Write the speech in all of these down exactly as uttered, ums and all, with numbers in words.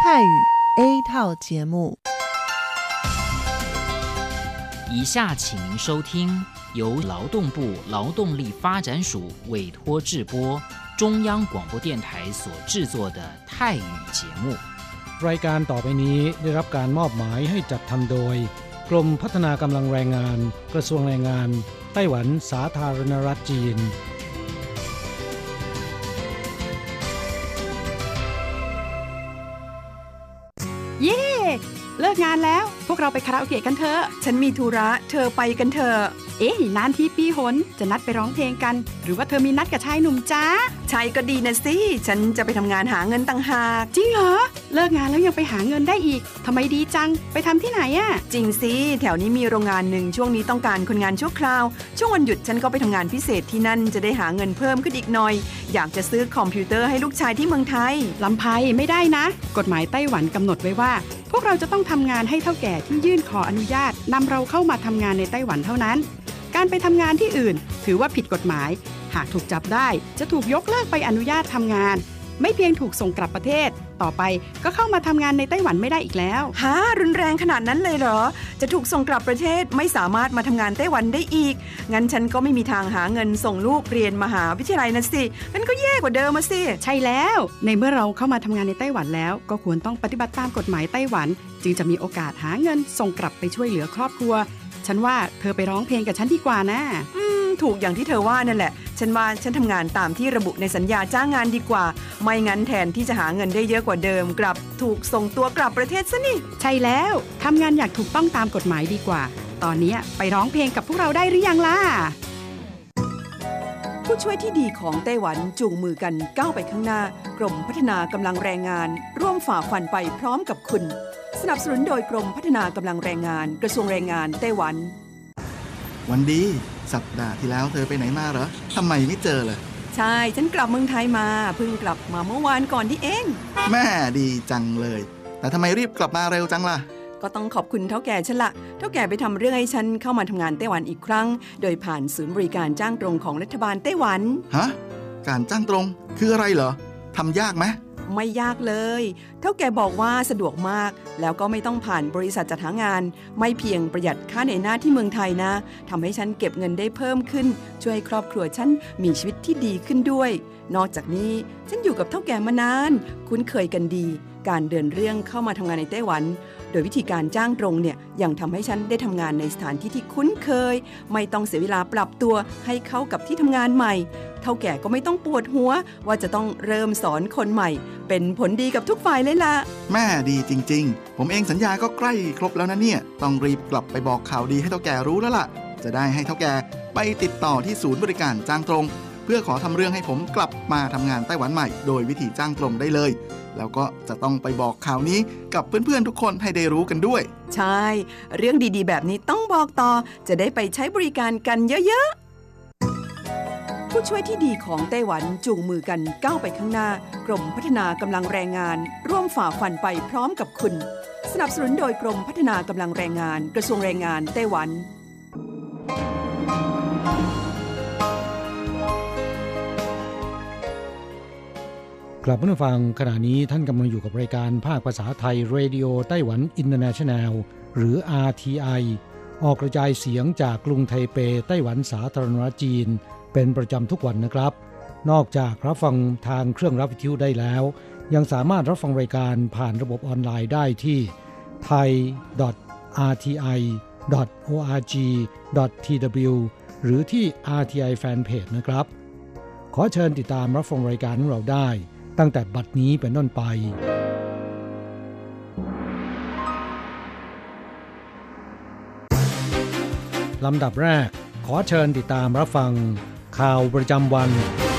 泰语 A 套节目。 以下请您收听由劳动部劳动力发展署委托制播中央广播电台所制作的泰语节目。 รายการต่อไปนี้ได้รับการมอบหมายให้จัดทำโดยกรมพัฒนากำลังแรงงานกระทรวงแรงงานไต้หวันสาธารณรัฐจีนเย้เลิกงานแล้วพวกเราไปคาราโอเกะกันเถอะฉันมีธุระเธอไปกันเถอะเอ๊ะนานทีปีหนจะนัดไปร้องเพลงกันหรือว่าเธอมีนัดกับชายหนุ่มจ้าชายก็ดีนะสิฉันจะไปทำงานหาเงินต่างหากจริงเหรอเลิกงานแล้วยังไปหาเงินได้อีกทำไมดีจังไปทำที่ไหนอะจริงสิแถวนี้มีโรงงานหนึ่งช่วงนี้ต้องการคนงานชั่วคราวช่วงวันหยุดฉันก็ไปทำงานพิเศษที่นั่นจะได้หาเงินเพิ่มขึ้นอีกหน่อยอยากจะซื้อคอมพิวเตอร์ให้ลูกชายที่เมืองไทยลำไพไม่ได้นะกฎหมายไต้หวันกำหนดไว้ว่าพวกเราจะต้องทำงานให้เฒ่าแก่ที่ยื่นขออนุญาตนำเราเข้ามาทำงานในไต้หวันเท่านั้นการไปทำงานที่อื่นถือว่าผิดกฎหมายหากถูกจับได้จะถูกยกเลิกใบอนุญาตทำงานไม่เพียงถูกส่งกลับประเทศต่อไปก็เข้ามาทำงานในไต้หวันไม่ได้อีกแล้วฮะรุนแรงขนาดนั้นเลยเหรอจะถูกส่งกลับประเทศไม่สามารถมาทำงานไต้หวันได้อีกงั้นฉันก็ไม่มีทางหาเงินส่งลูกเรียนมหาวิทยาลัยนะสิงั้นก็แย่กว่าเดิมมาสิใช่แล้วในเมื่อเราเข้ามาทำงานในไต้หวันแล้วก็ควรต้องปฏิบัติตามกฎหมายไต้หวันจึงจะมีโอกาสหาเงินส่งกลับไปช่วยเหลือครอบครัวฉันว่าเธอไปร้องเพลงกับฉันดีกว่านะอืมถูกอย่างที่เธอว่านั่นแหละฉันว่าฉันทำงานตามที่ระบุในสัญญาจ้างงานดีกว่าไม่งั้นแทนที่จะหาเงินได้เยอะกว่าเดิมกลับถูกส่งตัวกลับประเทศซะนี่ใช่แล้วทำงานอย่างถูกต้องตามกฎหมายดีกว่าตอนนี้ไปร้องเพลงกับพวกเราได้หรือยังล่ะผู้ช่วยที่ดีของไต้หวันจูงมือกันก้าวไปข้างหน้ากรมพัฒนากำลังแรงงานร่วมฝ่าฟันไปพร้อมกับคุณสนับสนุนโดยกรมพัฒนากำลังแรงงานกระทรวงแรงงานไต้หวันวันดีสัปดาห์ที่แล้วเธอไปไหนมาเหรอทำไมไม่เจอเลยใช่ฉันกลับเมืองไทยมาเพิ่งกลับมาเมื่อวานก่อนนี่เองแม่ดีจังเลยแต่ทำไมรีบกลับมาเร็วจังล่ะก็ต้องขอบคุณเฒ่าแก่ฉันละเฒ่าแก่ไปทำเรื่องให้ฉันเข้ามาทำงานไต้หวันอีกครั้งโดยผ่านศูนย์บริการจ้างตรงของรัฐบาลไต้หวันฮะการจ้างตรงคืออะไรเหรอทำยากไหมไม่ยากเลยเฒ่าแก่บอกว่าสะดวกมากแล้วก็ไม่ต้องผ่านบริษัทจัดหางานไม่เพียงประหยัดค่าเหนื่อยหน้าที่เมืองไทยนะทำให้ฉันเก็บเงินได้เพิ่มขึ้นช่วยให้ครอบครัวฉันมีชีวิตที่ดีขึ้นด้วยนอกจากนี้ฉันอยู่กับเฒ่าแก่มานานคุ้นเคยกันดีการเดินเรื่องเข้ามาทำงานในไต้หวันโดยวิธีการจ้างตรงเนี่ยยังทำให้ฉันได้ทำงานในสถานที่ที่คุ้นเคยไม่ต้องเสียเวลาปรับตัวให้เข้ากับที่ทำงานใหม่เฒ่าแก่ก็ไม่ต้องปวดหัวว่าจะต้องเริ่มสอนคนใหม่เป็นผลดีกับทุกฝ่ายเลยล่ะแม่ดีจริงๆผมเองสัญญาก็ใกล้ครบแล้วนะเนี่ยต้องรีบกลับไปบอกข่าวดีให้เฒ่าแก่รู้แล้วล่ะจะได้ให้เฒ่าแก่ไปติดต่อที่ศูนย์บริการจ้างตรงเพื่อขอทำเรื่องให้ผมกลับมาทำงานไต้หวันใหม่โดยวิธีจ้างตรงได้เลยแล้วก็จะต้องไปบอกข่าวนี้กับเพื่อนๆทุกคนให้ได้รู้กันด้วยใช่เรื่องดีๆแบบนี้ต้องบอกต่อจะได้ไปใช้บริการกันเยอะๆผู้ช่วยที่ดีของไต้หวันจูงมือกันก้าวไปข้างหน้ากรมพัฒนากำลังแรงงานร่วมฝ่าฟันไปพร้อมกับคุณสนับสนุนโดยกรมพัฒนากำลังแรงงานกระทรวงแรงงานไต้หวันกลับมาฟังขณะนี้ท่านกำลังอยู่กับรายการภาคภาษาไทย Radio ไต้หวัน International หรือ อาร์ ที ไอ ออกกระจายเสียงจากกรุงไทเปไต้หวันสาธารณรัฐจีนเป็นประจำทุกวันนะครับนอกจากรับฟังทางเครื่องรับวิทยุได้แล้วยังสามารถรับฟังรายการผ่านระบบออนไลน์ได้ที่ ไทย ดอท อาร์ ที ไอ ดอท โอ อาร์ จี ดอท ที ดับเบิลยู หรือที่ อาร์ ที ไอ Fanpage นะครับขอเชิญติดตามรับฟังรายการของเราได้ตั้งแต่บัดนี้เป็นต้นไปลำดับแรกขอเชิญติดตามรับฟังข่าวประจำวัน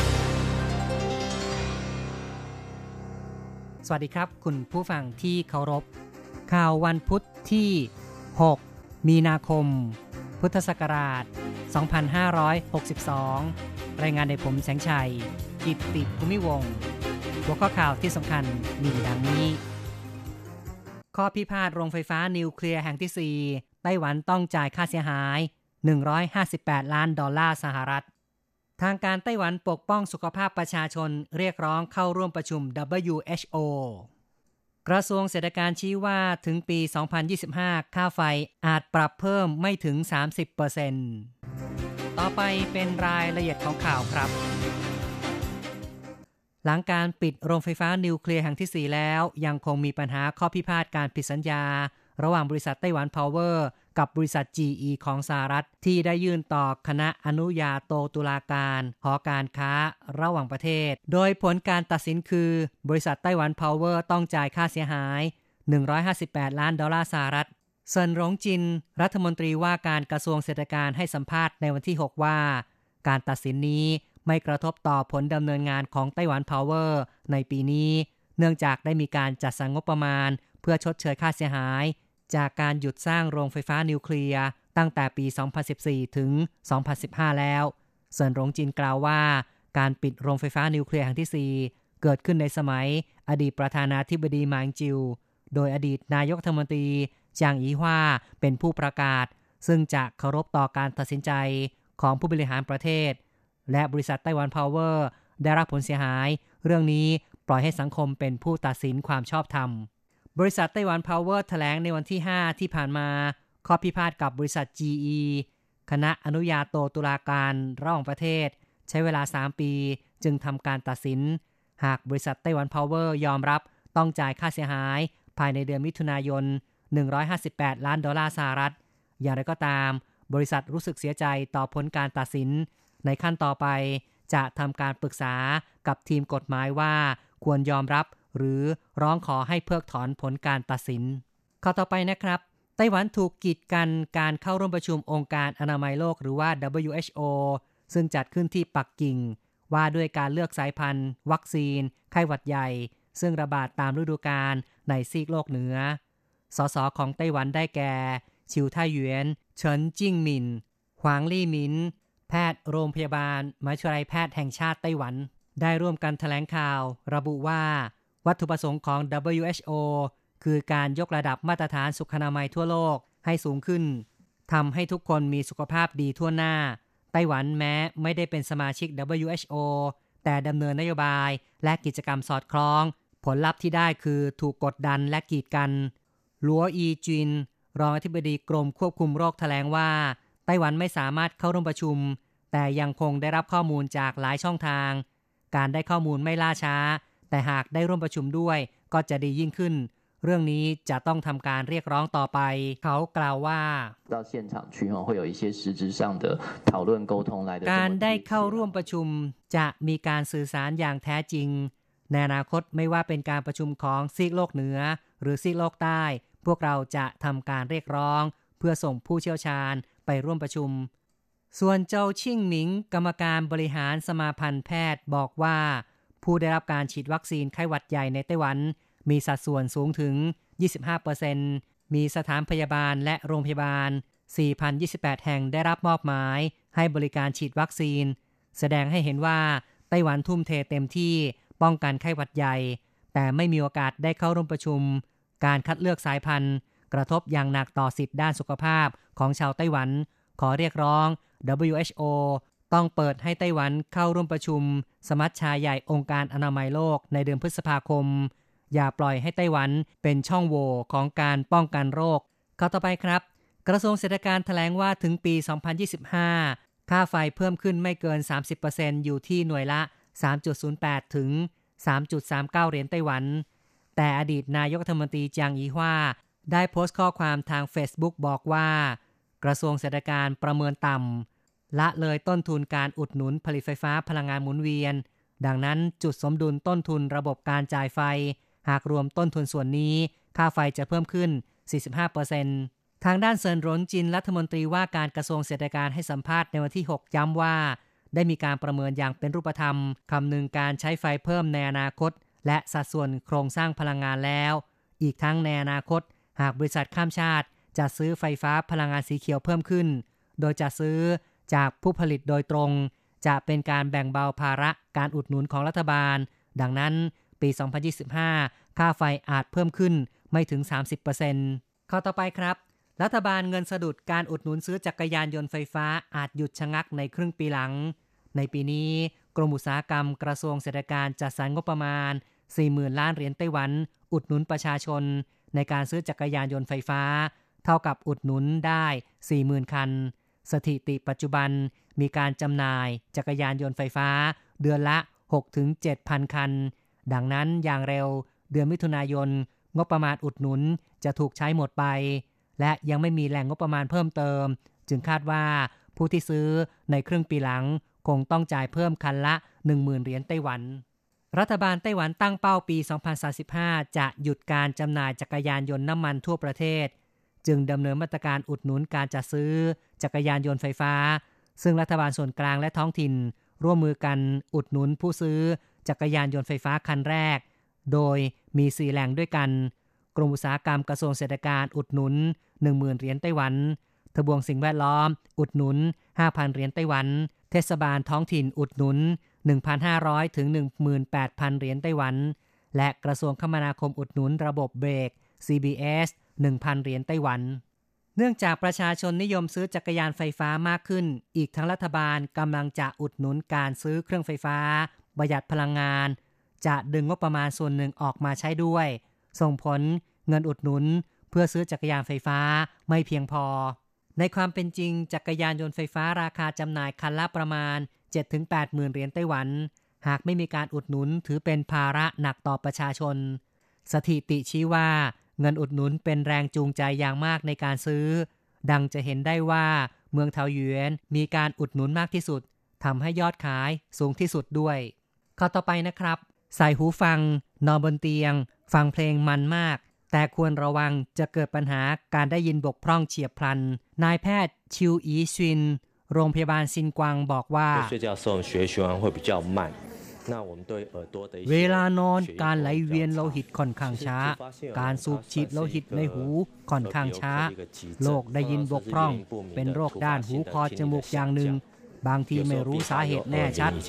สวัสดีครับคุณผู้ฟังที่เคารพข่าววันพุธที่หกมีนาคมพุทธศักราชสองพันห้าร้อยหกสิบสองรายงานโดยผมแสงชัยกิตติภูมิวงศ์หัวข้อข่าวที่สำคัญมีดังนี้ข้อพิพาทโรงไฟฟ้านิวเคลียร์แห่งที่สี่ไต้หวันต้องจ่ายค่าเสียหายหนึ่งร้อยห้าสิบแปดล้านดอลลาร์สหรัฐทางการไต้หวันปกป้องสุขภาพประชาชนเรียกร้องเข้าร่วมประชุม ดับเบิลยู เอช โอกระทรวงเศรษฐกิจชี้ว่าถึงปี สองพันยี่สิบห้า ค่าไฟอาจปรับเพิ่มไม่ถึง สามสิบเปอร์เซ็นต์ ต่อไปเป็นรายละเอียดของข่าวครับหลังการปิดโรงไฟฟ้านิวเคลียร์แห่งที่สี่แล้วยังคงมีปัญหาข้อพิพาทการผิดสัญญาระหว่างบริษัทไต้หวันพาวเวอร์กับบริษัท จี อี ของสหรัฐที่ได้ยื่นต่อคณะอนุญาโตตุลาการหอการค้าระหว่างประเทศโดยผลการตัดสินคือบริษัทไต้หวันพาวเวอร์ต้องจ่ายค่าเสียหายหนึ่งร้อยห้าสิบแปดล้านดอลลาร์สหรัฐเซินหลงจินรัฐมนตรีว่าการกระทรวงเศรษฐกิจให้สัมภาษณ์ในวันที่หกว่าการตัดสินนี้ไม่กระทบต่อผลดำเนินงานของไต้หวันพาวเวอร์ในปีนี้เนื่องจากได้มีการจัดสรรงบประมาณเพื่อชดเชยค่าเสียหายจากการหยุดสร้างโรงไฟฟ้านิวเคลียร์ตั้งแต่ปี สองพันสิบสี่ ถึง สองพันสิบห้า แล้วเซินหลงจินกล่าวว่าการปิดโรงไฟฟ้านิวเคลียร์แห่งที่สี่เกิดขึ้นในสมัยอดีตประธานาธิบดีหม่างจิวโดยอดีตนายกรัฐมนตรีจางอีฮวาเป็นผู้ประกาศซึ่งจะเคารพต่อการตัดสินใจของผู้บริหารประเทศและบริษัทไต้หวันพาวเวอร์ได้รับผลเสียหายเรื่องนี้ปล่อยให้สังคมเป็นผู้ตัดสินความชอบธรรมบริษัทไต้หวันพาวเวอร์แถลงในวันที่ห้าที่ผ่านมาข้อพิพาทกับบริษัท จี อี คณะอนุญาโตตุลาการระหว่างประเทศใช้เวลาสามปีจึงทำการตัดสินหากบริษัทไต้หวันพาวเวอร์ยอมรับต้องจ่ายค่าเสียหายภายในเดือนมิถุนายนหนึ่งร้อยห้าสิบแปดล้านดอลลาร์สหรัฐอย่างไรก็ตามบริษัทรู้สึกเสียใจต่อผลการตัดสินในขั้นต่อไปจะทำการปรึกษากับทีมกฎหมายว่าควรยอมรับหรือร้องขอให้เพิกถอนผลการตัดสินข้อต่อไปนะครับไต้หวันถูกกีดกันการเข้าร่วมประชุมองค์การอนามัยโลกหรือว่า ดับเบิลยู เอช โอ ซึ่งจัดขึ้นที่ปักกิ่งว่าด้วยการเลือกสายพันธุ์วัคซีนไข้หวัดใหญ่ซึ่งระบาดตามฤดูกาลในซีกโลกเหนือสสของไต้หวันได้แก่ชิวไทหยวนเฉินจิ้งหมินหวางลี่หมินแพทย์โรงพยาบาลมหาวิทยาลัยแพทย์แห่งชาติไต้หวันได้ร่วมกันแถลงข่าวระบุว่าวัตถุประสงค์ของ ดับเบิลยู เอช โอ คือการยกระดับมาตรฐานสุขอนามัยทั่วโลกให้สูงขึ้นทำให้ทุกคนมีสุขภาพดีทั่วหน้าไต้หวันแม้ไม่ได้เป็นสมาชิก ดับเบิลยู เอช โอ แต่ดำเนินนโยบายและกิจกรรมสอดคล้องผลลัพธ์ที่ได้คือถูกกดดันและกีดกันหลัวอีจินรองอธิบดีกรมควบคุมโรคแถลงว่าไต้หวันไม่สามารถเข้าร่วมประชุมแต่ยังคงได้รับข้อมูลจากหลายช่องทางการได้ข้อมูลไม่ล่าช้าแต่หากได้ร่วมประชุมด้วยก็จะดียิ่งขึ้นเรื่องนี้จะต้องทำการเรียกร้องต่อไปเขากล่าวว่าการได้เข้าร่วมประชุมจะมีการสื่อสารอย่างแท้จริงในอนาคตไม่ว่าเป็นการประชุมของซีกโลกเหนือหรือซีกโลกใต้พวกเราจะทำการเรียกร้องเพื่อส่งผู้เชี่ยวชาญไปร่วมประชุมส่วนเจ้าชิ่งหมิงกรรมการบริหารสมาพันธ์แพทย์บอกว่าผู้ได้รับการฉีดวัคซีนไข้หวัดใหญ่ในไต้หวันมีสัดส่วนสูงถึง ยี่สิบห้าเปอร์เซ็นต์ มีสถานพยาบาลและโรงพยาบาล สี่พันยี่สิบแปด แห่งได้รับมอบหมายให้บริการฉีดวัคซีนแสดงให้เห็นว่าไต้หวันทุ่มเทเต็มที่ป้องกันไข้หวัดใหญ่แต่ไม่มีโอกาสได้เข้าร่วมประชุมการคัดเลือกสายพันธุ์กระทบอย่างหนักต่อสิทธิด้านสุขภาพของชาวไต้หวันขอเรียกร้อง ดับเบิลยู เอช โอ ต้องเปิดให้ไต้หวันเข้าร่วมประชุมสมัชชาใหญ่องค์การอนามัยโลกในเดือนพฤษภาคมอย่าปล่อยให้ไต้หวันเป็นช่องโหว่ของการป้องกันโรคข้อต่อไปครับกระทรวงเศรษฐกิจแถลงว่าถึงปี สองพันยี่สิบห้า ค่าไฟเพิ่มขึ้นไม่เกิน สามสิบเปอร์เซ็นต์ อยู่ที่หน่วยละ สามจุดศูนย์แปด ถึง สามจุดสามเก้า เหรียญไต้หวันแต่อดีตนายกรัฐมนตรีจางอีฮวาได้โพสต์ข้อความทาง Facebook บอกว่ากระทรวงเศรษฐกิจประเมินต่ำละเลยต้นทุนการอุดหนุนผลิตไฟฟ้าพลังงานหมุนเวียนดังนั้นจุดสมดุลต้นทุนระบบการจ่ายไฟหากรวมต้นทุนส่วนนี้ค่าไฟจะเพิ่มขึ้น สี่สิบห้าเปอร์เซ็นต์ ทางด้านเซินหลงจินรัฐมนตรีว่าการกระทรวงเศรษฐกิจให้สัมภาษณ์ในวันที่หกย้ำว่าได้มีการประเมินอย่างเป็นรูปธรรมคำนึงการใช้ไฟเพิ่มในอนาคตและสัดส่วนโครงสร้างพลังงานแล้วอีกทั้งในอนาคตหากบริษัทข้ามชาติจะซื้อไฟฟ้าพลังงานสีเขียวเพิ่มขึ้นโดยจะซื้อจากผู้ผลิตโดยตรงจะเป็นการแบ่งเบาภาระการอุดหนุนของรัฐบาลดังนั้นปี สองพันยี่สิบห้า ค่าไฟอาจเพิ่มขึ้นไม่ถึง สามสิบเปอร์เซ็นต์ ข้อต่อไปครับรัฐบาลเงินสะดุดการอุดหนุนซื้อจักรยานยนต์ไฟฟ้าอาจหยุดชะงักในครึ่งปีหลังในปีนี้กรมอุตสาหกรรมกระทรวงเศรษฐกิจจัดสรรงบประมาณ สี่หมื่น ล้านเหรียญไต้หวันอุดหนุนประชาชนในการซื้อจักรยานยนต์ไฟฟ้าเท่ากับอุดหนุนได้ สี่หมื่น คันสถิติปัจจุบันมีการจำหน่ายจักรยานยนต์ไฟฟ้าเดือนละ หกถึงเจ็ดพัน คันดังนั้นอย่างเร็วเดือนมิถุนายนงบประมาณอุดหนุนจะถูกใช้หมดไปและยังไม่มีแหล่งงบประมาณเพิ่มเติมจึงคาดว่าผู้ที่ซื้อในครึ่งปีหลังคงต้องจ่ายเพิ่มคันละ หนึ่งหมื่น เหรียญไต้หวันรัฐบาลไต้หวันตั้งเป้าปี สองพันสามสิบห้า จะหยุดการจำหน่ายจักรยานยนต์น้ำมันทั่วประเทศจึงดำเนินมาตรการอุดหนุนการจัดซื้อจักรยานยนต์ไฟฟ้าซึ่งรัฐบาลส่วนกลางและท้องถิ่นร่วมมือกันอุดหนุนผู้ซื้อจักรยานยนต์ไฟฟ้าคันแรกโดยมีสี่แหล่งด้วยกันกรมอุตสาหกรรมกระทรวงเศรษฐกิจอุดหนุน หนึ่งหมื่น เหรียญไต้หวันทบวงสิ่งแวดล้อมอุดหนุน ห้าพัน เหรียญไต้หวันเทศบาลท้องถิ่นอุดหนุน หนึ่งพันห้าร้อย ถึง หนึ่งหมื่นแปดพัน เหรียญไต้หวันและกระทรวงคมนาคมอุดหนุนระบบเบรก ซี บี เอส หนึ่งพัน เหรียญไต้หวันเนื่องจากประชาชนนิยมซื้อจักรยานไฟฟ้ามากขึ้นอีกทั้งรัฐบาลกำลังจะอุดหนุนการซื้อเครื่องไฟฟ้าประหยัดพลังงานจะดึงงบประมาณส่วนหนึ่งออกมาใช้ด้วยส่งผลเงินอุดหนุนเพื่อซื้อจักรยานไฟฟ้าไม่เพียงพอในความเป็นจริงจักรยานยนต์ไฟฟ้าราคาจำหน่ายคันละประมาณ เจ็ดถึงแปดหมื่น เหรียญไต้หวันหากไม่มีการอุดหนุนถือเป็นภาระหนักต่อประชาชนสถิติชี้ว่าเงินอุดหนุนเป็นแรงจูงใจอย่างมากในการซื้อดังจะเห็นได้ว่าเมืองเทาหยวนมีการอุดหนุนมากที่สุดทำให้ยอดขายสูงที่สุดด้วยข้อต่อไปนะครับใส่หูฟังนอนบนเตียงฟังเพลงมันมากแต่ควรระวังจะเกิดปัญหาการได้ยินบกพร่องเฉียบพลันนายแพทย์ชิวอีชินโรงพยาบาลซินกวางบอกว่าเวลานอนการไหลเวียนโลหิตค่อนข้างช้าการสูบฉีดโลหิตในหูค่อนข้างช้าโรคได้ยินบกพร่องเป็นโรคด้านหูคอจมูกอย่างหนึ่งบางทีไม่รู้สาเหตุแน่ชัด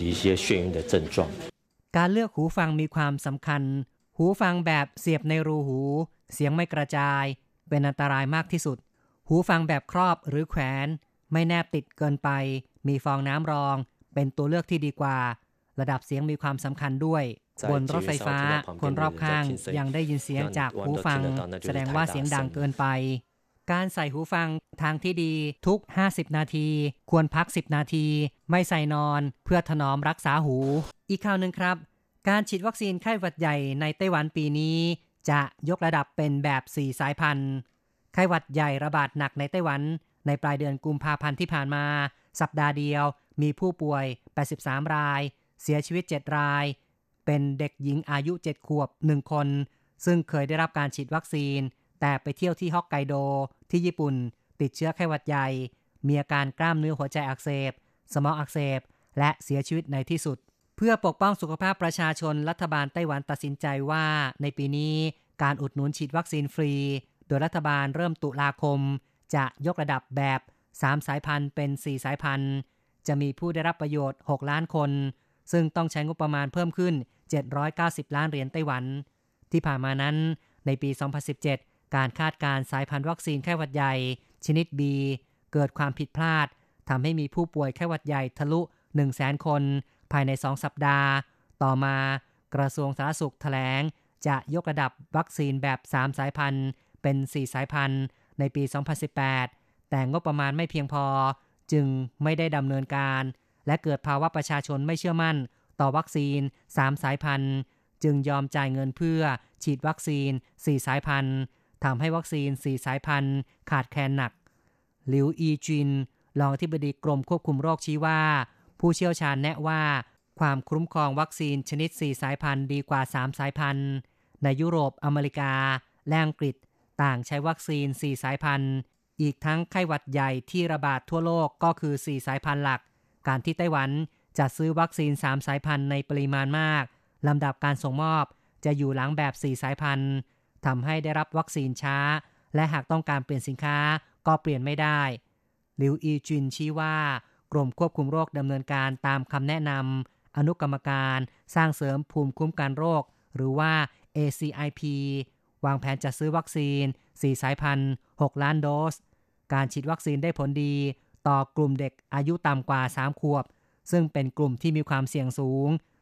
การเลือกหูฟังมีความสำคัญหูฟังแบบเสียบในรูหูเสียงไม่กระจายเป็นอันตรายมากที่สุดหูฟังแบบครอบหรือแขวนไม่แนบติดเกินไปมีฟองน้ำรองเป็นตัวเลือกที่ดีกว่าระดับเสียงมีความสำคัญด้วยบนรถไฟฟ้าคนรอบข้างยังได้ยินเสียงจากหูฟังแสดงว่าเสียงดังเกินไปการใส่หูฟังทางที่ดีทุกห้าสิบนาทีควรพักสิบนาทีไม่ใส่นอนเพื่อถนอมรักษาหูอีกข่าวนึงครับการฉีดวัคซีนไข้หวัดใหญ่ในไต้หวันปีนี้จะยกระดับเป็นแบบสี่สายพันธุ์ไข้หวัดใหญ่ระบาดหนักในไต้หวันในปลายเดือนกุมภาพันธ์ที่ผ่านมาสัปดาห์เดียวมีผู้ป่วยแปดสิบสามรายเสียชีวิตเจ็ดรายเป็นเด็กหญิงอายุเจ็ดขวบหนึ่งคนซึ่งเคยได้รับการฉีดวัคซีนแต่ไปเที่ยวที่ฮอกไกโดที่ญี่ปุ่นติดเชื้อไข้หวัดใหญ่มีอาการกล้ามเนื้อหัวใจอักเสบสมองอักเสบและเสียชีวิตในที่สุดเพื่อปกป้องสุขภาพประชาชนรัฐบาลไต้หวันตัดสินใจว่าในปีนี้การอุดหนุนฉีดวัคซีนฟรีโดยรัฐบาลเริ่มตุลาคมจะยกระดับแบบสามสายพันธุ์เป็นสี่สายพันธุ์จะมีผู้ได้รับประโยชน์หกล้านคนซึ่งต้องใช้งบประมาณเพิ่มขึ้นเจ็ดร้อยเก้าสิบล้านเหรียญไต้หวันที่ผ่านมานั้นในปีสองพันสิบเจ็ดการคาดการณ์สายพันธุ์วัคซีนไข้หวัดใหญ่ชนิด B เกิดความผิดพลาดทำให้มีผู้ป่วยไข้หวัดใหญ่ทะลุ หนึ่งแสน คนภายในสองสัปดาห์ต่อมากระทรวงสาธารณสุขแถลงจะยกระดับวัคซีนแบบสามสายพันธุ์เป็นสี่สายพันธุ์ในปีสองพันสิบแปดแต่งบประมาณไม่เพียงพอจึงไม่ได้ดำเนินการและเกิดภาวะประชาชนไม่เชื่อมั่นต่อวัคซีนสามสายพันธุ์จึงยอมจ่ายเงินเพื่อฉีดวัคซีนสี่สายพันธุ์ทำให้วัคซีนสี่สายพันธุ์ขาดแคลนหนักหลิวอีจินรองอธิบดีกรมควบคุมโรคชี้ว่าผู้เชี่ยวชาญแนะว่าความคุ้มครองวัคซีนชนิดสี่สายพันธุ์ดีกว่าสามสายพันธุ์ในยุโรปอเมริกาและอังกฤษต่างใช้วัคซีนสี่สายพันธุ์อีกทั้งไข้หวัดใหญ่ที่ระบาดทั่วโลกก็คือสี่สายพันธุ์หลักการที่ไต้หวันจัดซื้อวัคซีนสามสายพันธุ์ในปริมาณมากลำดับการส่งมอบจะอยู่หลังแบบสี่สายพันธุ์ทำให้ได้รับวัคซีนช้าและหากต้องการเปลี่ยนสินค้าก็เปลี่ยนไม่ได้หลิวอีจินชี้ว่ากรมควบคุมโรคดำเนินการตามคำแนะนำอนุกรรมการสร้างเสริมภูมิคุ้มกันโรคหรือว่า เอ ซี ไอ พี วางแผนจัดซื้อวัคซีนสี่สายพันธุ์หกล้านโดสการฉีดวัคซีนได้ผลดีต่อกลุ่มเด็กอายุต่ำกว่าสามขวบซึ่งเป็นกลุ่มที่มีความเสี่ยงสูง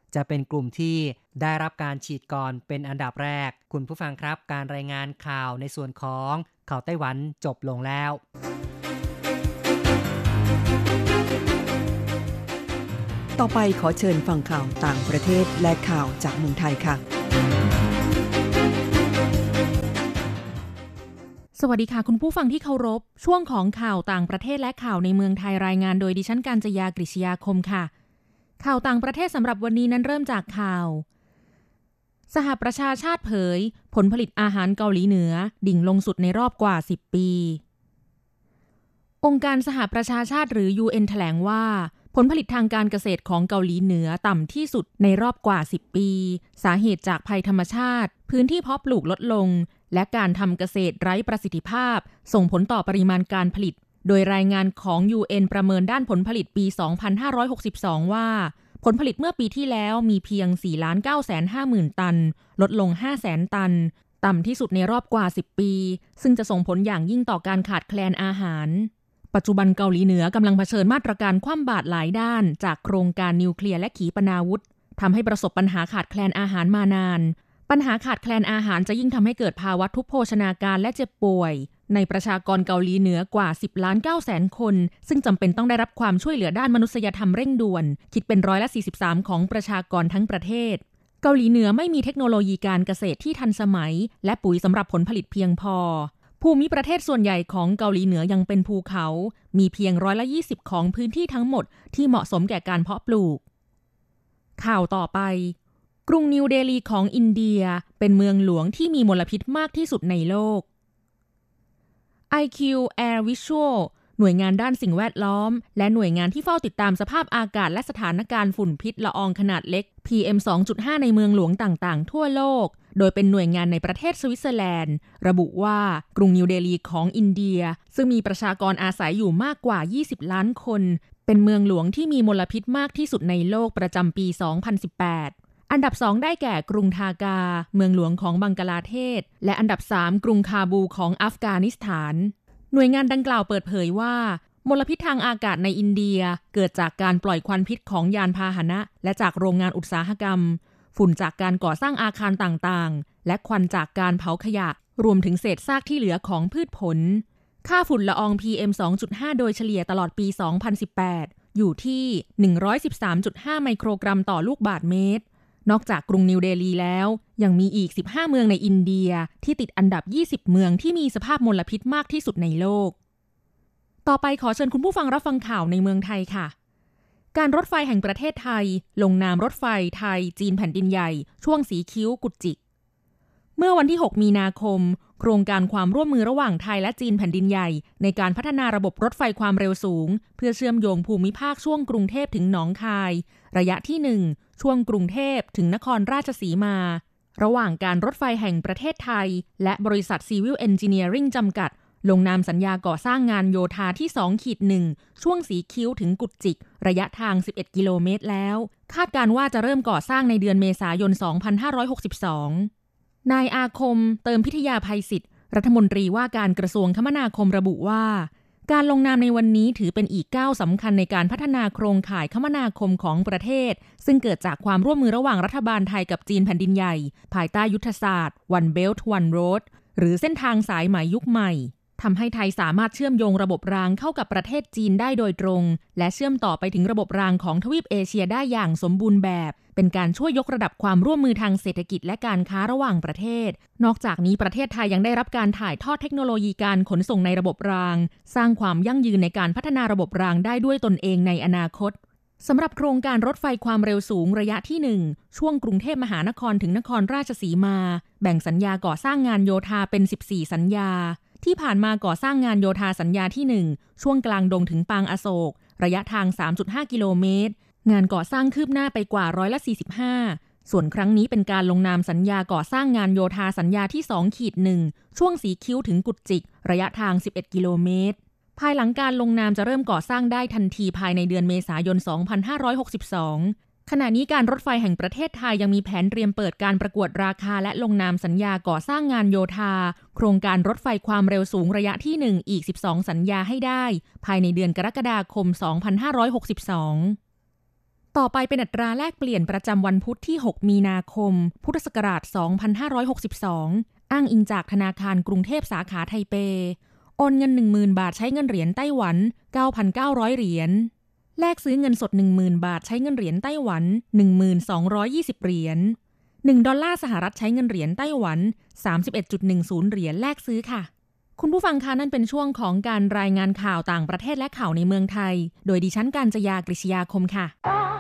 จะเป็นกลุ่มที่ได้รับการฉีดก่อนเป็นอันดับแรกคุณผู้ฟังครับการรายงานข่าวในส่วนของข่าวไต้หวันจบลงแล้วต่อไปขอเชิญฟังข่าวต่างประเทศและข่าวจากเมืองไทยค่ะสวัสดีค่ะคุณผู้ฟังที่เคารพช่วงของข่าวต่างประเทศและข่าวในเมืองไทยรายงานโดยดิฉันกาญจยากฤษยาคมค่ะข่าวต่างประเทศสำหรับวันนี้นั้นเริ่มจากข่าวสหประชาชาติเผยผลผลิตอาหารเกาหลีเหนือดิ่งลงสุดในรอบกว่าสิบปีองค์การสหประชาชาติหรือ ยู เอ็น แถลงว่าผลผลิตทางการเกษตรของเกาหลีเหนือต่ำที่สุดในรอบกว่าสิบปีสาเหตุจากภัยธรรมชาติพื้นที่เพาะปลูกลดลงและการทำเกษตรไร้ประสิทธิภาพส่งผลต่อปริมาณการผลิตโดยรายงานของ ยู เอ็น ประเมินด้านผลผลิตปี สองพันห้าร้อยหกสิบสอง ว่าผลผลิตเมื่อปีที่แล้วมีเพียง สี่ล้านเก้าแสนห้าหมื่น ตันลดลง ห้าแสน ตันต่ำที่สุดในรอบกว่าสิบปีซึ่งจะส่งผลอย่างยิ่งต่อการขาดแคลนอาหารปัจจุบันเกาหลีเหนือกำลังเผชิญมาตรการคว่ำบาตรหลายด้านจากโครงการนิวเคลียร์และขีปนาวุธทำให้ประสบปัญหาขาดแคลนอาหารมานานปัญหาขาดแคลนอาหารจะยิ่งทำให้เกิดภาวะทุพโภชนาการและเจ็บป่วยในประชากรเกาหลีเหนือกว่าสิบล้านเก้าแสนคนซึ่งจำเป็นต้องได้รับความช่วยเหลือด้านมนุษยธรรมเร่งด่วนคิดเป็นร้อยละสี่สิบสามของประชากรทั้งประเทศเกาหลีเหนือไม่มีเทคโนโลยีการเกษตรที่ทันสมัยและปุ๋ยสำหรับผลผลิตเพียงพอภูมิประเทศส่วนใหญ่ของเกาหลีเหนือยังเป็นภูเขามีเพียงร้อยละยี่สิบของพื้นที่ทั้งหมดที่เหมาะสมแก่การเพาะปลูกข่าวต่อไปกรุงนิวเดลีของอินเดียเป็นเมืองหลวงที่มีมลพิษมากที่สุดในโลก ไอ คิว Air Visual หน่วยงานด้านสิ่งแวดล้อมและหน่วยงานที่เฝ้าติดตามสภาพอากาศและสถานการณ์ฝุ่นพิษละอองขนาดเล็ก พี เอ็ม สองจุดห้า ในเมืองหลวงต่างๆทั่วโลกโดยเป็นหน่วยงานในประเทศสวิตเซอร์แลนด์ระบุว่ากรุงนิวเดลีของอินเดียซึ่งมีประชากรอาศัยอยู่มากกว่ายี่สิบล้านคนเป็นเมืองหลวงที่มีมลพิษมากที่สุดในโลกประจำปี สองพันสิบแปดอันดับสองได้แก่กรุงทากาเมืองหลวงของบังกลาเทศและอันดับสามกรุงคาบูของอัฟกานิสถานหน่วยงานดังกล่าวเปิดเผยว่ามลพิษทางอากาศในอินเดียเกิดจากการปล่อยควันพิษของยานพาหนะและจากโรงงานอุตสาหกรรมฝุ่นจากการก่อสร้างอาคารต่างๆและควันจากการเผาขยะรวมถึงเศษซากที่เหลือของพืชผลค่าฝุ่นละออง พี เอ็ม สองจุดห้า โดยเฉลี่ยตลอดปี สองพันสิบแปด อยู่ที่ หนึ่งร้อยสิบสามจุดห้า ไมโครกรัมต่อลูกบาศก์เมตรนอกจากกรุงนิวเดลีแล้วยังมีอีกสิบห้าเมืองในอินเดียที่ติดอันดับยี่สิบเมืองที่มีสภาพมลพิษมากที่สุดในโลกต่อไปขอเชิญคุณผู้ฟังรับฟังข่าวในเมืองไทยค่ะการรถไฟแห่งประเทศไทยลงนามรถไฟไทยจีนแผ่นดินใหญ่ช่วงสีคิ้วกุดจิกเมื่อวันที่หกมีนาคมโครงการความร่วมมือระหว่างไทยและจีนแผ่นดินใหญ่ในการพัฒนาระบบรถไฟความเร็วสูงเพื่อเชื่อมโยงภูมิภาคช่วงกรุงเทพถึงหนองคายระยะที่หนึ่งช่วงกรุงเทพถึงนครราชสีมาระหว่างการรถไฟแห่งประเทศไทยและบริษัท Civil Engineering จำกัดลงนามสัญญาก่อสร้างงานโยธาที่ สองหนึ่ง ช่วงสีคิ้วถึงกุดจิกระยะทางสิบเอ็ดกิโลเมตรแล้วคาดการว่าจะเริ่มก่อสร้างในเดือนเมษายน สองพันห้าร้อยหกสิบสอง นายอาคมเติมพิทยาภัยศิษย์รัฐมนตรีว่าการกระทรวงคมนาคมระบุว่าการลงนามในวันนี้ถือเป็นอีกก้าวสำคัญในการพัฒนาโครงข่ายคมนาคมของประเทศซึ่งเกิดจากความร่วมมือระหว่างรัฐบาลไทยกับจีนแผ่นดินใหญ่ภายใต้ยุทธศาสตร์ One Belt One Road หรือเส้นทางสายไหมยุคใหม่ทำให้ไทยสามารถเชื่อมโยงระบบรางเข้ากับประเทศจีนได้โดยตรงและเชื่อมต่อไปถึงระบบรางของทวีปเอเชียได้อย่างสมบูรณ์แบบเป็นการช่วยยกระดับความร่วมมือทางเศรษฐกิจและการค้าระหว่างประเทศนอกจากนี้ประเทศไทยยังได้รับการถ่ายทอดเทคโนโลยีการขนส่งในระบบรางสร้างความยั่งยืนในการพัฒนาระบบรางได้ด้วยตนเองในอนาคตสำหรับโครงการรถไฟความเร็วสูงระยะที่หนึ่งช่วงกรุงเทพมหานครถึงนครราชสีมาแบ่งสัญญาก่อสร้างงานโยธาเป็นสิบสี่สัญญาที่ผ่านมาก่อสร้างงานโยธาสัญญาที่หนึ่งช่วงกลางดงถึงปางอโศกระยะทาง สามจุดห้า กิโลเมตรงานก่อสร้างคืบหน้าไปกว่าร้อยละสี่สิบห้าส่วนครั้งนี้เป็นการลงนามสัญญาก่อสร้างงานโยธาสัญญาที่ สองหนึ่ง ช่วงสีคิ้วถึงกุดจิกระยะทางสิบเอ็ดกิโลเมตรภายหลังการลงนามจะเริ่มก่อสร้างได้ทันทีภายในเดือนเมษายน สองพันห้าร้อยหกสิบสองขณะนี้การรถไฟแห่งประเทศไทยยังมีแผนเตรียมเปิดการประกวดราคาและลงนามสัญญาก่อสร้างงานโยธาโครงการรถไฟความเร็วสูงระยะที่หนึ่งอีกสิบสองสัญญาให้ได้ภายในเดือนกรกฎาคม สองพันห้าร้อยหกสิบสองต่อไปเป็นอัตราแลกเปลี่ยนประจำวันพุธที่หกมีนาคมพุทธศักราชสองพันห้าร้อยหกสิบสองอ้างอิงจากธนาคารกรุงเทพสาขาไทเปโอนเงิน หนึ่งหมื่น บาทใช้เงินเหรียญไต้หวัน เก้าพันเก้าร้อย เหรียญแลกซื้อเงินสด หนึ่งหมื่น บาทใช้เงินเหรียญไต้หวัน หนึ่งพันสองร้อยยี่สิบ เหรียญหนึ่งดอลลาร์สหรัฐใช้เงินเหรียญไต้หวัน สามสิบเอ็ดจุดหนึ่งศูนย์ เหรียญแลกซื้อค่ะคุณผู้ฟังคะนั่นเป็นช่วงของการรายงานข่าวต่างประเทศและข่าวในเมืองไทยโดยดิฉันกัญจยากฤษยาคมค่ะ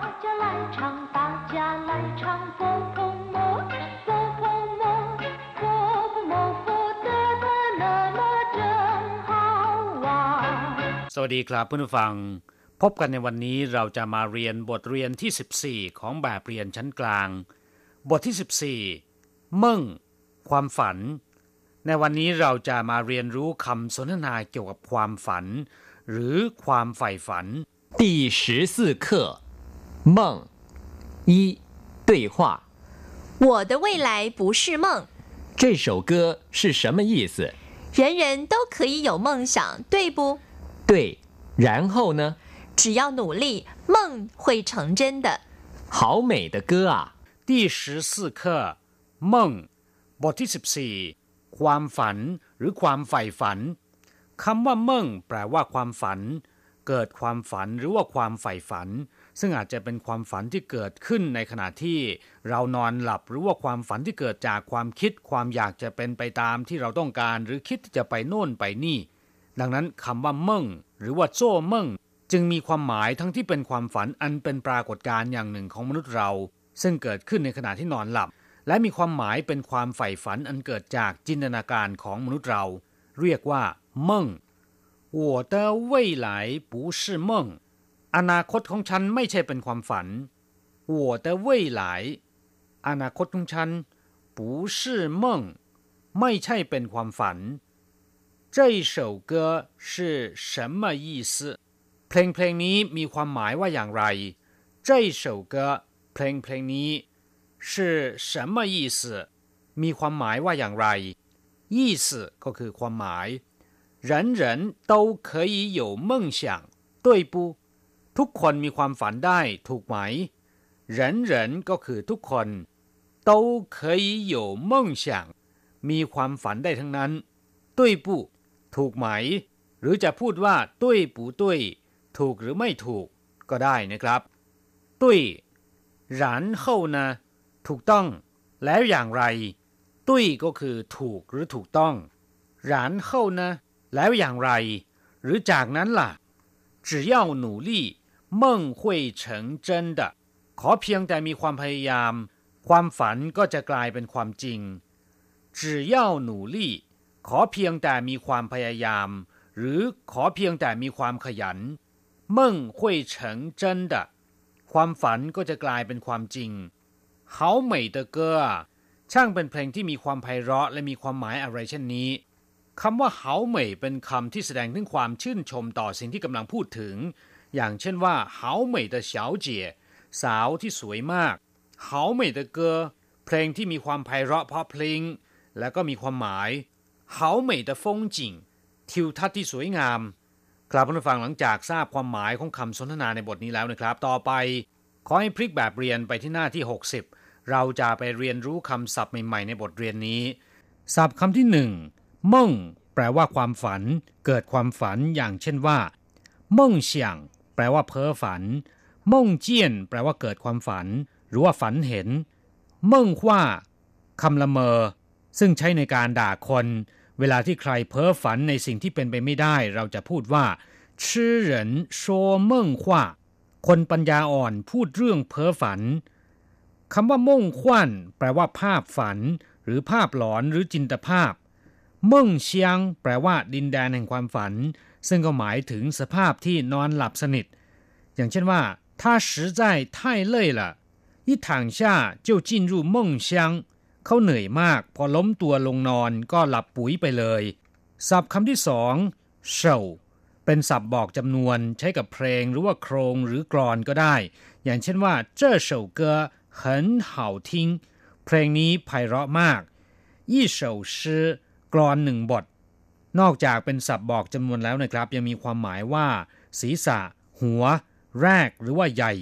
สวัสดีครับเพื่อนผู้ฟังพบกันในวันนี้เราจะมาเรียนบทเรียนที่สิบสี่ของแบบเรียนชั้นกลางบทที่สิบสี่เมิ่งความฝันในวันนี้เราจะมาเรียนรู้คำสนทนาเกี่ยวกับความฝันหรือความใฝ่ฝัน第十四课梦一对话我的未来不是梦这首歌是什么意思人人都可以有梦想对不对然后呢只要努力梦会成真的好美的歌啊第十四课梦บทที่สิบสี่ความฝันหรือความใฝ่ฝันคำว่าเมิ่งแปลว่าความฝันเกิดความฝันหรือว่าความใฝ่ฝันซึ่งอาจจะเป็นความฝันที่เกิดขึ้นในขณะที่เรานอนหลับหรือว่าความฝันที่เกิดจากความคิดความอยากจะเป็นไปตามที่เราต้องการหรือคิดที่จะไปโน่นไปนี่ดังนั้นคำว่าเมิ่งหรือว่าโจ้เมิ่งจึงมีความหมายทั้งที่เป็นความฝันอันเป็นปรากฏการณ์อย่างหนึ่งของมนุษย์เราซึ่งเกิดขึ้นในขณะที่นอนหลับและมีความหมายเป็นความใฝ่ฝันอันเกิดจากจินตนาการของมนุษย์เราเรียกว่าเมิ่ง我的未来不是梦อนาคตของฉันไม่ใช่เป็นความฝัน我的未来อนาคตของฉัน不是梦ไม่ใช่เป็นความฝัน这首歌是什么意思เพลงเพลงนี้มีความหมายว่าอย่างไร这首歌เพลงเพลงนี้是什么意思มีความหมายว่าอย่างไร意思ก็คือความหมาย人人都可以有梦想对不ทุกคนมีความฝันได้ถูกไหม人人ก็คือทุกคน都可以有梦想มีความฝันได้ทั้งนั้น对不ถูกไหมหรือจะพูดว่า对不对ถูกหรือไม่ถูกก็ได้นะครับ对然后呢ถูกต้องแล้วอย่างไรตุ้ยก็คือถูกหรือถูกต้อง然后呢แล้วอย่างไรหรือจากนั้นล่ะ只要努力梦会成真的ขอเพียงแต่มีความพยายามความฝันก็จะกลายเป็นความจริง只要努力ขอเพียงแต่มีความพยายามหรือขอเพียงแต่มีความขยัน梦会成真的ความฝันก็จะกลายเป็นความจริง好美的歌ช่างเป็นเพลงที่มีความไพเราะและมีความหมายอะไรเช่นนี้คำว่า好美เป็นคำที่แสดงถึงความชื่นชมต่อสิ่งที่กำลังพูดถึงอย่างเช่นว่า好美的小姐สาวที่สวยมาก好美的歌เพลงที่มีความไพเราะเพราะพริ้งและก็มีความหมาย好美的风景ทิวทัศน์ที่สวยงามครับผู้ฟังหลังจากทราบความหมายของคำสนทนาในบทนี้แล้วนะครับต่อไปขอให้พลิกแบบเรียนไปที่หน้าที่หกสิบเราจะไปเรียนรู้คำศัพท์ใหม่ๆในบทเรียนนี้ศัพท์คำที่หนึ่งเมิ่งแปลว่าความฝันเกิดความฝันอย่างเช่นว่าเมิ่งเฉียงแปลว่าเพ้อฝันเมิ่งเจี้ยนแปลว่าเกิดความฝันหรือว่าฝันเห็นเมิ่งฮว่าคำละเมอซึ่งใช้ในการด่าคนเวลาที่ใครเพ้อฝันในสิ่งที่เป็นไปไม่ได้เราจะพูดว่าชื่อเหรินโชเมิ่งฮว่าคนปัญญาอ่อนพูดเรื่องเพ้อฝันคำว่าม่งขวั่นแปลว่าภาพฝันหรือภาพหลอนหรือจินตภาพเมิ่งเชียงแปลว่าดินแดนแห่งความฝันซึ่งก็หมายถึงสภาพที่นอนหลับสนิทอย่างเช่นว่า他实在太累了一躺下就进入梦乡เขาเหนื่อยมากพอล้มตัวลงนอนก็หลับปุ๋ยไปเลยศัพท์คำที่สองเฉาเป็นศัพท์บอกจำนวนใช้กับเพลงหรือว่าโครงหรือกลอนก็ได้อย่างเช่นว่า这首歌很好听เพลงนี้ไพเราะมาก一首诗กลอนหนึ่งบทนอกจากเป็นศัพท์บอกจำนวนแล้วนะครับยังมีความหมายว่าศีรษะหัวแรกหรือว่าใหญ่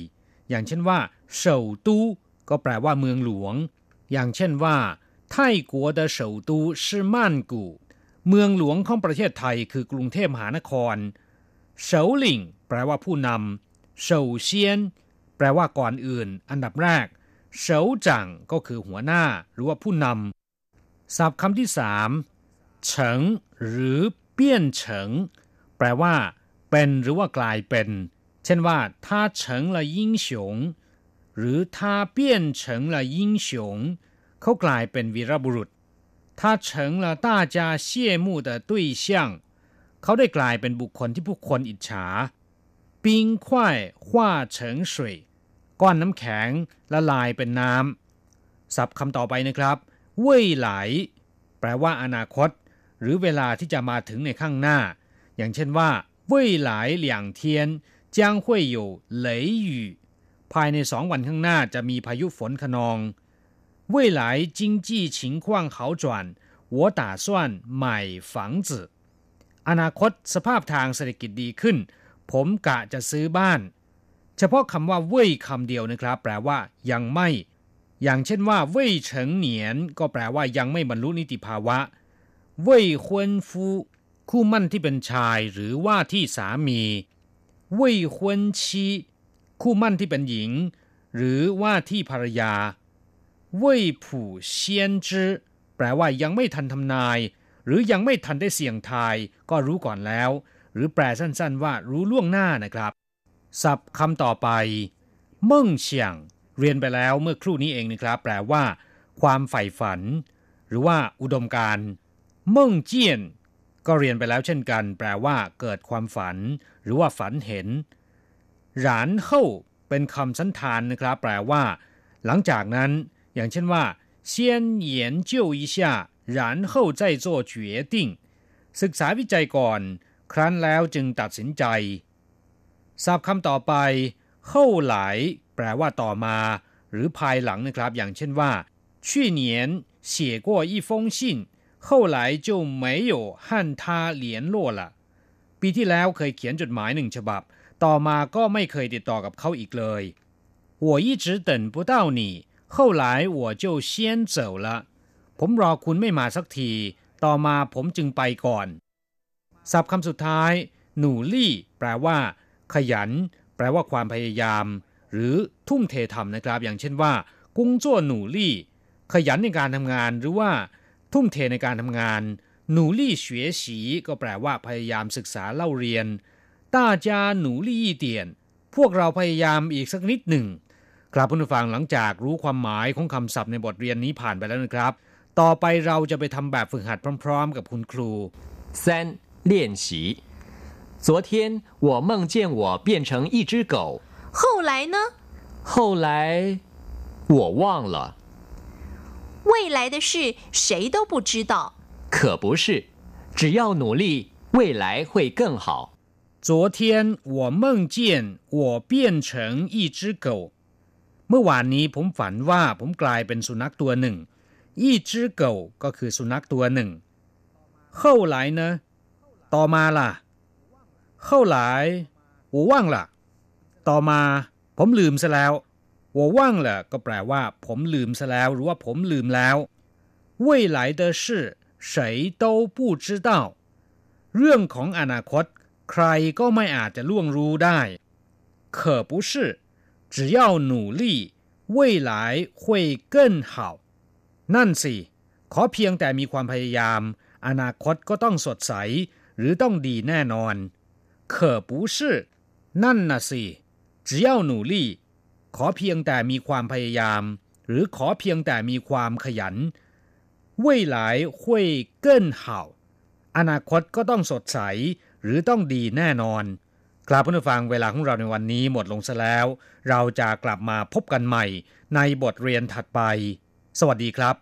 อย่างเช่นว่า首都ก็แปลว่าเมืองหลวงอย่างเช่นว่า泰国的首都是曼谷เมืองหลวงของประเทศไทยคือกรุงเทพมหานคร首领แปลว่าผู้นำ首先แปลว่าก่อนอื่นอันดับแรก首长ก็คือหัวหน้าหรือว่าผู้นำศัพท์คำที่สามเฉิงหรือเปี้ยนเฉิงแปลว่าเป็นหรือว่ากลายเป็นเช่นว่า他成了英雄หรือ他变成了英雄เขากลายเป็นวีรบุรุษ他成了大家羡慕的对象เขาได้กลายเป็นบุคคลที่ผู้คนอิจฉา冰块化成水ก้อนน้ำแข็งละลายเป็นน้ำศัพท์คำต่อไปนะครับเว่ยไหลแปลว่าอนาคตหรือเวลาที่จะมาถึงในข้างหน้าอย่างเช่นว่า未来两天将会有雷雨ภายในสองวันข้างหน้าจะมีพายุฝนคะนอง未来经济情况好转我打算买房子อนาคตสภาพทางเศรษฐกิจดีขึ้นผมกะจะซื้อบ้านเฉพาะคำว่าเว่ยคำเดียวนะครับแปลว่ายังไม่อย่างเช่นว่าเว่ยเฉิงเหนียนก็แปลว่ายังไม่บรรลุนิติภาวะเว่ยฮวนฟูคู่มั่นที่เป็นชายหรือว่าที่สามีเว่ยฮวนชีคู่มั่นที่เป็นหญิงหรือว่าที่ภรรยาเว่ยผู่เซียนจื้อแปลว่ายังไม่ทันทำนายหรือยังไม่ทันได้เสี่ยงทายก็รู้ก่อนแล้วหรือแปลสั้นๆว่ารู้ล่วงหน้านะครับศัพท์คำต่อไปเมิ่งเฉียงเรียนไปแล้วเมื่อครู่นี้เองนะครับแปลว่าความใฝ่ฝันหรือว่าอุดมการณ์เมิ่งเจียนก็เรียนไปแล้วเช่นกันแปลว่าเกิดความฝันหรือว่าฝันเห็นหรานเฮ่าเป็นคำสันธานนะครับแปลว่าหลังจากนั้นอย่างเช่นว่า先研究一下然后再做决定ศึกษาวิจัยก่อนครั้นแล้วจึงตัดสินใจศัพท์คำต่อไปเฮ่าหลายแปลว่าต่อมาหรือภายหลังนะครับอย่างเช่นว่า去年写过一封信后来就没有和他联络了ปีที่แล้วเคยเขียนจดหมายหนึ่งฉบับต่อมาก็ไม่เคยติดต่อกับเขาอีกเลย我一直等不到你后来我就先走了ผมรอคุณไม่มาสักทีต่อมาผมจึงไปก่อนศัพท์คำสุดท้ายหนูลี่แปลว่าขยันแปลว่าความพยายามหรือทุ่มเททำนะครับอย่างเช่นว่ากุ้งจ้วหนูลี่ขยันในการทำงานหรือว่าทุ่มเทในการทำงานหนูลี่เฉวยฉีก็แปลว่าพยายามศึกษาเล่าเรียน大家努力一点พวกเราพยายามอีกสักนิดหนึ่งครับผู้ฟังหลังจากรู้ความหมายของคำศัพท์ในบทเรียนนี้ผ่านไปแล้วนะครับต่อไปเราจะไปทำแบบฝึกหัดพร้อมๆกับคุณครู三练习昨天我梦见我变成一只狗后来呢后来我忘了未来的事谁都不知道可不是只要努力未来会更好昨天我梦见我变成一只狗เมื่อวานนี้ผมฝันว่าผมกลายเป็นสุนัขตัวหนึ่งอีจื้อเก่าก็คือสุนัขตัวหนึ่ง后来呢ต่อมาล่ะ后来我忘了ต่อมาผมลืมซะแล้ว我忘了ก็แปลว่าผมลืมซะแล้วหรือว่าผมลืมแล้ว未来的事谁都不知道เรื่องของอนาคตใครก็ไม่อาจจะล่วงรู้ได้可不是只要努力未来会更好นั่นสิขอเพียงแต่มีความพยายามอนาคตก็ต้องสดใสหรือต้องดีแน่นอน可不是นั่นน่ะสิ只要努力ขอเพียงแต่มีความพยายามหรือขอเพียงแต่มีความขยัน未来会更好อนาคตก็ต้องสดใสหรือต้องดีแน่นอนกลับผู้ฟังเวลาของเราในวันนี้หมดลงซะแล้วเราจะกลับมาพบกันใหม่ในบทเรียนถัดไปสวัสดีครับ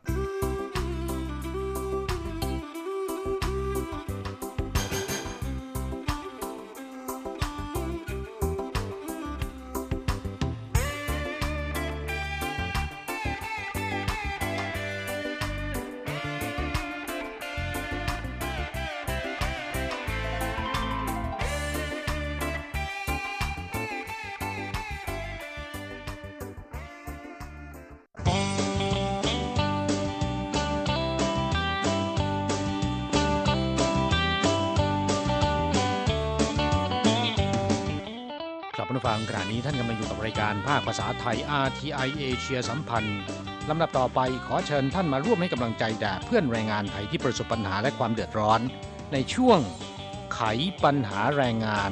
ผู้ฟังขณะนี้ท่านกำลังอยู่กับรายการภาคภาษาไทย อาร์ ที ไอ เอเชียสัมพันธ์ลำดับต่อไปขอเชิญท่านมาร่วมให้กำลังใจแด่เพื่อนแรงงานไทยที่ประสบปัญหาและความเดือดร้อนในช่วงไขปัญหาแรงงาน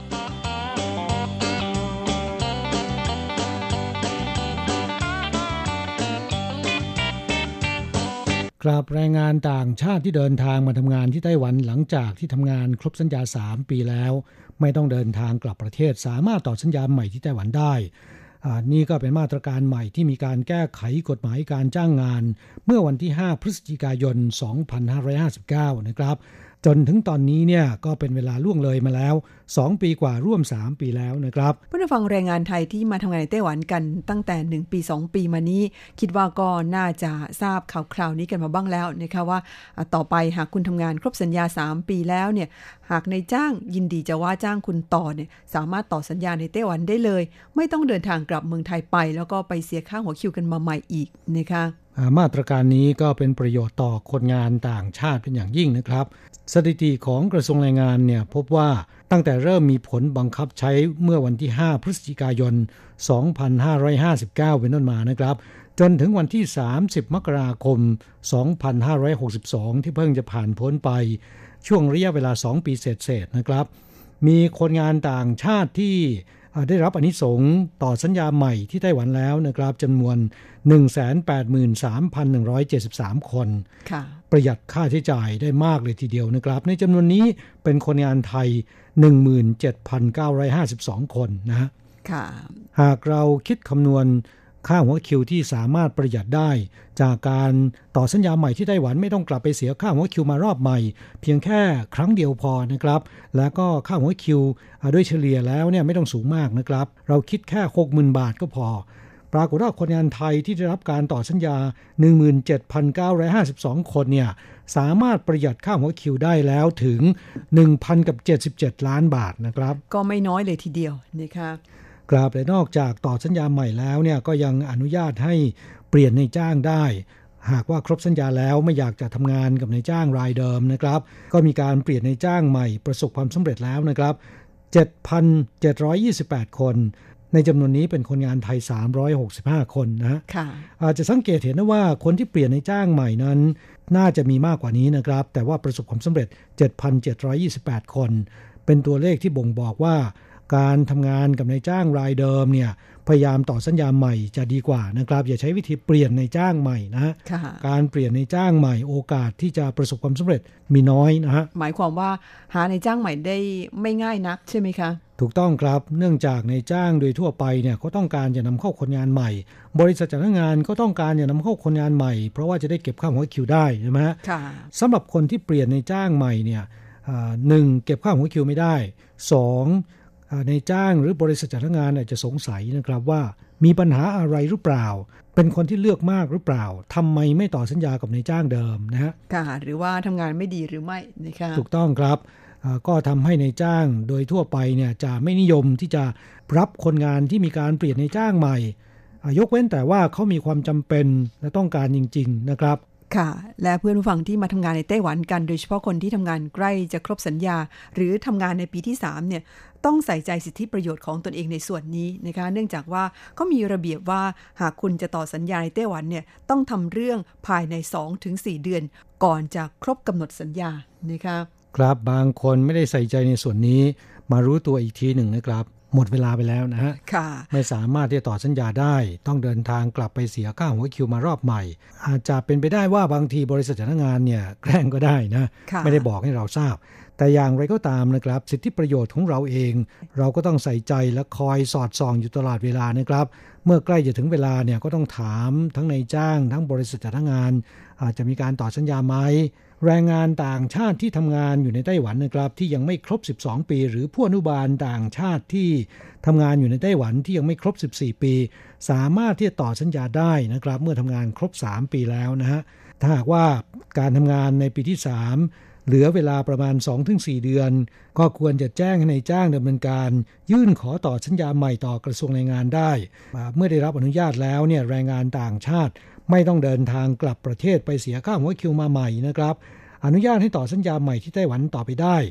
กราบแรงงานต่างชาติที่เดินทางมาทำงานที่ไต้หวันหลังจากที่ทำงานครบสัญญาสามปีแล้วไม่ต้องเดินทางกลับประเทศสามารถต่อสัญญาใหม่ที่ไต้หวันได้นี่ก็เป็นมาตรการใหม่ที่มีการแก้ไขกฎหมายการจ้างงานเมื่อวันที่ห้าพฤศจิกายนสองพันห้าร้อยห้าสิบเก้านะครับจนถึงตอนนี้เนี่ยก็เป็นเวลาล่วงเลยมาแล้วสองปีกว่าร่วมสามปีแล้วนะครับผู้ฟังแรงงานไทยที่มาทำงานในไต้หวันกันตั้งแต่หนึ่งปีสองปีมานี้คิดว่าก็น่าจะทราบข่าวคราวนี้กันมาบ้างแล้วนะคะว่าต่อไปหากคุณทำงานครบสัญญาสามปีแล้วเนี่ยหากนายจ้างยินดีจะว่าจ้างคุณต่อเนี่ยสามารถต่อสัญญาในไต้หวันได้เลยไม่ต้องเดินทางกลับเมืองไทยไปแล้วก็ไปเสียค่าหัวคิวกันมาใหม่อีกนะคะมาตรการนี้ก็เป็นประโยชน์ต่อคนงานต่างชาติเป็นอย่างยิ่งนะครับสถิติของกระทรวงแรงงานเนี่ยพบว่าตั้งแต่เริ่มมีผลบังคับใช้เมื่อวันที่ห้าพฤศจิกายนสองพันห้าร้อยห้าสิบเก้าเป็นต้นมานะครับจนถึงวันที่สามสิบมกราคมสองพันห้าร้อยหกสิบสองที่เพิ่งจะผ่านพ้นไปช่วงระยะเวลาสองปีเศษๆนะครับมีคนงานต่างชาติที่ได้รับอานิสงส์ต่อสัญญาใหม่ที่ไต้หวันแล้วนะครับจำนวน หนึ่งแสนแปดหมื่นสามพันหนึ่งร้อยเจ็ดสิบสาม คนประหยัดค่าใช้จ่ายได้มากเลยทีเดียวนะครับในจำนวนนี้เป็นคนงานไทย หนึ่งหมื่นเจ็ดพันเก้าร้อยห้าสิบสอง คนนะฮะหากเราคิดคำนวณค่าหัวคิวที่สามารถประหยัดได้จากการต่อสัญญาใหม่ที่ไต้หวันไม่ต้องกลับไปเสียค่าหัวคิวมารอบใหม่เพียงแค่ครั้งเดียวพอนะครับแล้วก็ค่าหัวคิวโดยเฉลี่ยแล้วเนี่ยไม่ต้องสูงมากนะครับเราคิดแค่ หกหมื่น บาทก็พอปรากฏว่าคนงานไทยที่ได้รับการต่อสัญญา หนึ่งหมื่นเจ็ดพันเก้าร้อยห้าสิบสอง คนเนี่ยสามารถประหยัดค่าหัวคิวได้แล้วถึง หนึ่งพันเจ็ดสิบเจ็ด ล้านบาทนะครับก็ไม่น้อยเลยทีเดียวนะคะกราบและนอกจากต่อสัญญาใหม่แล้วเนี่ยก็ยังอนุญาตให้เปลี่ยนนายจ้างได้หากว่าครบสัญญาแล้วไม่อยากจะทำงานกับนายจ้างรายเดิมนะครับก็มีการเปลี่ยนนายจ้างใหม่ประสบความสำเร็จแล้วนะครับ เจ็ดพันเจ็ดร้อยยี่สิบแปด คนในจำนวนนี้เป็นคนงานไทยสามร้อยหกสิบห้าคนนะอาจจะสังเกตเห็นนะว่าคนที่เปลี่ยนนายจ้างใหม่นั้นน่าจะมีมากกว่านี้นะครับแต่ว่าประสบความสำเร็จ เจ็ดพันเจ็ดร้อยยี่สิบแปด คนเป็นตัวเลขที่บ่งบอกว่าการทำงานกับนายจ้างรายเดิมเนี่ยพยายามต่อสัญญาใหม่จะดีกว่านะครับอย่าใช้วิธีเปลี่ยนนายจ้างใหม่นะการเปลี่ยนนายจ้างใหม่โอกาสที่จะประสบความสำเร็จมีน้อยนะฮะหมายความว่าหานายจ้างใหม่ได้ไม่ง่ายนักใช่ไหมคะถูกต้องครับเนื่องจากนายจ้างโดยทั่วไปเนี่ยเขาต้องการจะนำเข้าคนงานใหม่บริษัทจ้างงานก็ต้องการจะนำเข้าคนงานใหม่เพราะว่าจะได้เก็บค่าหัวคิวได้ใช่ไหมฮะสำหรับคนที่เปลี่ยนนายจ้างใหม่เนี่ยหนึ่งเก็บค่าหัวคิวไม่ได้สองในจ้างหรือบริษัทจ้างงานอาจจะสงสัยนะครับว่ามีปัญหาอะไรหรือเปล่าเป็นคนที่เลือกมากหรือเปล่าทำไมไม่ต่อสัญญากับนายจ้างเดิมนะฮะค่ะหรือว่าทำงานไม่ดีหรือไม่นะคะถูกต้องครับก็ทำให้นายจ้างโดยทั่วไปเนี่ยจะไม่นิยมที่จะรับคนงานที่มีการเปลี่ยนนายจ้างใหม่ยกเว้นแต่ว่าเขามีความจำเป็นและต้องการจริงๆนะครับค่ะและเพื่อนผู้ฟังที่มาทำงานในไต้หวันกันโดยเฉพาะคนที่ทำงานใกล้จะครบสัญญาหรือทำงานในปีที่สามเนี่ยต้องใส่ใจสิทธิประโยชน์ของตนเองในส่วนนี้นะคะเนื่องจากว่าก็มีระเบียบว่าหากคุณจะต่อสัญญาในไต้หวันเนี่ยต้องทำเรื่องภายใน สองถึงสี่ เดือนก่อนจะครบกำหนดสัญญานะคะครับบางคนไม่ได้ใส่ใจในส่วนนี้มารู้ตัวอีกทีหนึ่งนะครับหมดเวลาไปแล้วนะฮะไม่สามารถที่จะต่อสัญญาได้ต้องเดินทางกลับไปเสียค่าหัวคิวมารอบใหม่อาจจะเป็นไปได้ว่าบางทีบริษัทจ้างงานเนี่ยแกล้งก็ได้นะไม่ได้บอกให้เราทราบแต่อย่างไรก็ตามนะครับสิทธิประโยชน์ของเราเองเราก็ต้องใส่ใจและคอยสอดส่องอยู่ตลอดเวลานะครับเมื่อใกล้จะถึงเวลาเนี่ยก็ต้องถามทั้งนายจ้างทั้งบริษัทจ้างงานอาจจะมีการต่อสัญญาไหมแรงงานต่างชาติที่ทำงานอยู่ในไต้หวันนะครับที่ยังไม่ครบสิบสองปีหรือผู้อนุบาลต่างชาติที่ทำงานอยู่ในไต้หวันที่ยังไม่ครบสิบสี่ปีสามารถที่จะต่อสัญญาได้นะครับเมื่อทำงานครบสามปีแล้วนะฮะถ้าหากว่าการทำงานในปีที่สามเหลือเวลาประมาณ สองถึงสี่ เดือนก็ควรจะแจ้งให้นายจ้างดำเนินการยื่นขอต่อสัญญาใหม่ต่อกระทรวงแรงงานได้เมื่อได้รับอนุญาตแล้วเนี่ยแรงงานต่างชาติไม่ต้องเดินทางกลับประเทศไปเสียค่าหัวคิวมาใหม่นะครับอนุญาตให้ต่อสัญญาใหม่ที่ไต้หวันต่อไปได้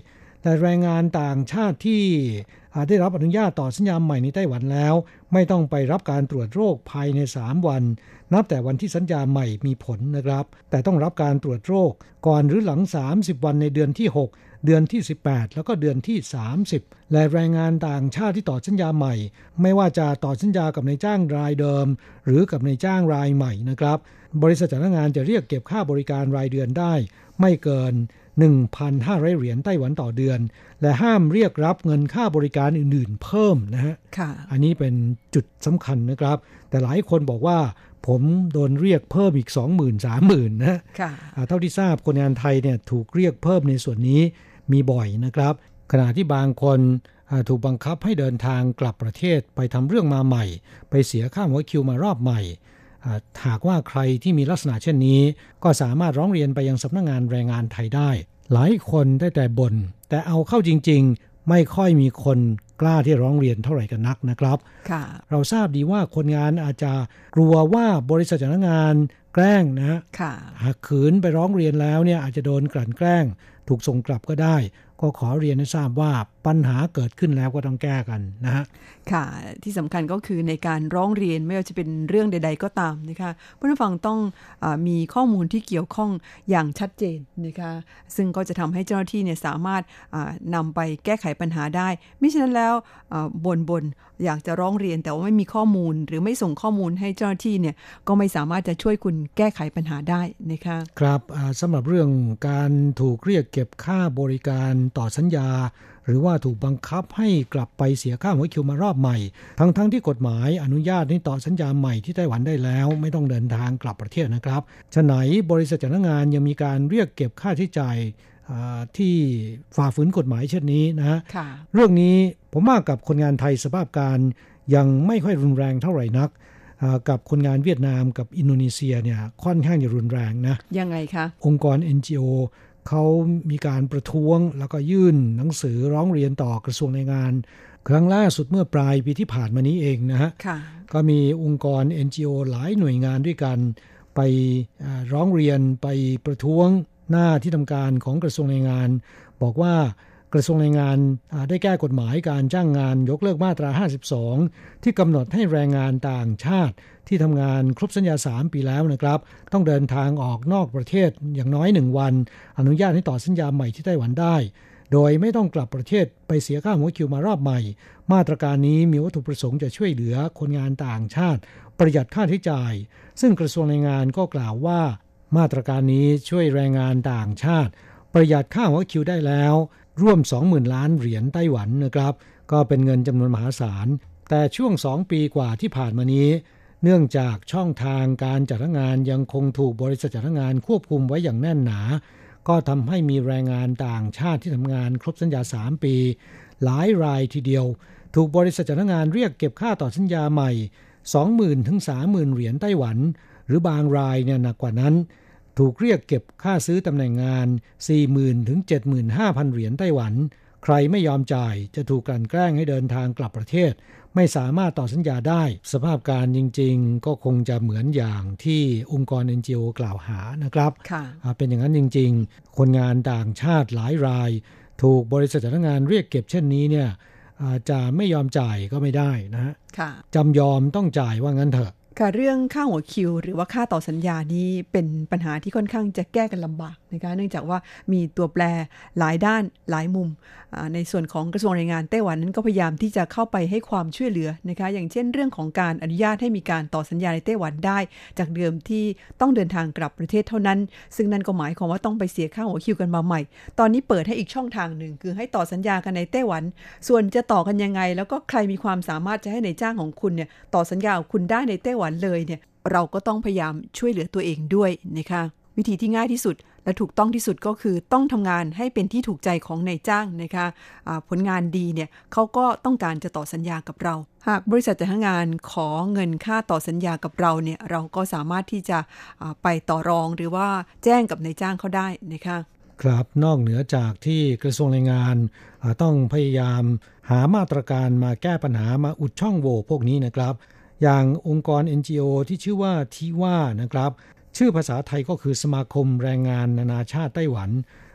แต่แรงงานต่างชาติที่ได้รับอนุญาตต่อสัญญาใหม่ในไต้หวันแล้วไม่ต้องไปรับการตรวจโรคภายในสามวันนับแต่วันที่สัญญาใหม่มีผลนะครับแต่ต้องรับการตรวจโรคก่อนหรือหลังสามสิบวันในเดือนที่หกเดือนที่สิบแปดแล้วก็เดือนที่สามสิบและแรงงานต่างชาติที่ต่อสัญญาใหม่ไม่ว่าจะต่อสัญญากับนายจ้างรายเดิมหรือกับนายจ้างรายใหม่นะครับบริษัทจ้างงานจะเรียกเก็บค่าบริการรายเดือนได้ไม่เกิน หนึ่งพันห้าร้อย เหรียญไต้หวันต่อเดือนและห้ามเรียกรับเงินค่าบริการอื่นๆเพิ่มนะฮะอันนี้เป็นจุดสำคัญนะครับแต่หลายคนบอกว่าผมโดนเรียกเพิ่มอีก สองหมื่น สามหมื่น นะเท่าที่ทราบคนงานไทยเนี่ยถูกเรียกเพิ่มในส่วนนี้มีบ่อยนะครับขณะที่บางคนถูกบังคับให้เดินทางกลับประเทศไปทำเรื่องมาใหม่ไปเสียค่าหัวคิวมารอบใหม่หากว่าใครที่มีลักษณะเช่นนี้ก็สามารถร้องเรียนไปยังสำนักงานแรงงานไทยได้หลายคนได้แต่บ่นแต่เอาเข้าจริงๆไม่ค่อยมีคนกล้าที่ร้องเรียนเท่าไหร่กันนักนะครับเราทราบดีว่าคนงานอาจจะกลัวว่าบริษัทจ้างงานแกล้งนะหากขืนไปร้องเรียนแล้วเนี่ยอาจจะโดนกลั่นแกล้งถูกส่งกลับก็ได้ก็ขอเรียนให้ทราบว่าปัญหาเกิดขึ้นแล้วก็ต้องแก้กันนะฮะค่ะที่สำคัญก็คือในการร้องเรียนไม่ว่าจะเป็นเรื่องใดๆก็ตามนะคะผู้ฟังต้องเอ่อมีข้อมูลที่เกี่ยวข้องอย่างชัดเจนนะคะซึ่งก็จะทำให้เจ้าหน้าที่เนี่ยสามารถนำไปแก้ไขปัญหาได้มิฉะนั้นแล้วบ่นๆอยากจะร้องเรียนแต่ว่าไม่มีข้อมูลหรือไม่ส่งข้อมูลให้เจ้าหน้าที่เนี่ยก็ไม่สามารถจะช่วยคุณแก้ไขปัญหาได้นะคะครับสำหรับเรื่องการถูกเรียกเก็บค่าบริการต่อสัญญาหรือว่าถูกบังคับให้กลับไปเสียค่าหัวคิวมารอบใหม่ทั้งๆ ท, ที่กฎหมายอนุญาตให้ต่อสัญญาใหม่ที่ไต้หวันได้แล้วไม่ต้องเดินทางกลับประเทศนะครับฉะไหนบริษัทจ้างงานยังมีการเรียกเก็บค่าใช้จ่ายที่ฝ่าฝืนกฎหมายเช่นนี้นะฮะเรื่องนี้ผมว่ากับคนงานไทยสภาพการยังไม่ค่อยรุนแรงเท่าไหร่นักกับคนงานเวียดนามกับอินโดนีเซียเนี่ยค่อนข้างจะรุนแรงนะยังไงคะองค์กร เอ็น จี โอ เขามีการประท้วงแล้วก็ยื่นหนังสือร้องเรียนต่อกระทรวงแรงงานครั้งล่าสุดเมื่อปลายปีที่ผ่านมานี้เองนะฮะก็มีองค์กร เอ็น จี โอ หลายหน่วยงานด้วยกันไปร้องเรียนไปประท้วงหน้าที่ทำการของกระทรวงแรงงานบอกว่ากระทรวงแรงงานได้แก้กฎหมายการจ้างงานยกเลิกมาตราห้าสิบสองที่กำหนดให้แรงงานต่างชาติที่ทำงานครบสัญญาสามปีแล้วนะครับต้องเดินทางออกนอกประเทศอย่างน้อยหนึ่งวันอนุญาตให้ต่อสัญญาใหม่ที่ไต้หวันได้โดยไม่ต้องกลับประเทศไปเสียค่าหัวคิวมารอบใหม่มาตรการนี้มีวัตถุประสงค์จะช่วยเหลือคนงานต่างชาติประหยัดค่าใช้จ่ายซึ่งกระทรวงแรงงานก็กล่าวว่ามาตรการนี้ช่วยแรงงานต่างชาติประหยัดค่าหัวคิวได้แล้วร่วม สองหมื่น ล้านเหรียญไต้หวันนะครับก็เป็นเงินจำนวนมหาศาลแต่ช่วงสองปีกว่าที่ผ่านมานี้เนื่องจากช่องทางการจัดงานยังคงถูกบริษัทจัดงานควบคุมไว้อย่างแน่นหนาก็ทำให้มีแรงงานต่างชาติที่ทำงานครบสัญญาสามปีหลายรายทีเดียวถูกบริษัทจัดงานเรียกเก็บค่าต่อสัญญาใหม่ สองหมื่น ถึง สามหมื่น เหรียญไต้หวันหรือบางรายเนี่ยหนักกว่านั้นถูกเรียกเก็บค่าซื้อตำแหน่งงาน สี่หมื่น ถึง เจ็ดหมื่นห้าพัน เหรียญไต้หวันใครไม่ยอมจ่ายจะถูกกลั่นแกล้งให้เดินทางกลับประเทศไม่สามารถต่อสัญญาได้สภาพการจริงๆก็คงจะเหมือนอย่างที่องค์กร เอ็น จี โอ กล่าวหานะครับเป็นอย่างนั้นจริงๆคนงานต่างชาติหลายรายถูกบริษัทจ้างงานเรียกเก็บเช่นนี้เนี่ยจะไม่ยอมจ่ายก็ไม่ได้นะฮะจำยอมต้องจ่ายว่างั้นเถอะค่ะเรื่องค่าหัวคิวหรือว่าค่าต่อสัญญานี้เป็นปัญหาที่ค่อนข้างจะแก้กันลำบากนะคะเนื่องจากว่ามีตัวแปรหลายด้านหลายมุมในส่วนของกระทรวงแรงงานไต้หวันนั้นก็พยายามที่จะเข้าไปให้ความช่วยเหลือนะคะอย่างเช่นเรื่องของการอนุญาตให้มีการต่อสัญญาในไต้หวันได้จากเดิมที่ต้องเดินทางกลับประเทศเท่านั้นซึ่งนั่นก็หมายความว่าต้องไปเสียค่าหัวคิวกันมาใหม่ตอนนี้เปิดให้อีกช่องทางหนึ่งคือให้ต่อสัญญากันในไต้หวันส่วนจะต่อกันยังไงแล้วก็ใครมีความสามารถจะให้ในจ้างของคุณเนี่ยต่อสัญญาของคุณได้ในไต้หวันเลยเนี่ยเราก็ต้องพยายามช่วยเหลือตัวเองด้วยนะคะวิธีที่ง่ายที่สุดและถูกต้องที่สุดก็คือต้องทำงานให้เป็นที่ถูกใจของนายจ้างนะคะะผลงานดีเนี่ยเขาก็ต้องการจะต่อสัญญากับเราหากบริษัทจ้างงานขอเงินค่าต่อสัญญากับเราเนี่ยเราก็สามารถที่จะไปต่อรองหรือว่าแจ้งกับนายจ้างเขาได้นะคะครับนอกเหนือจากที่กระทรวงแรงงานต้องพยายามหามาตรการมาแก้ปัญหามาอุดช่องโหว่พวกนี้นะครับอย่างองค์กร เอ็น จี โอ ที่ชื่อว่าทีว่านะครับชื่อภาษาไทยก็คือสมาคมแรงงานนานาชาติไต้หวัน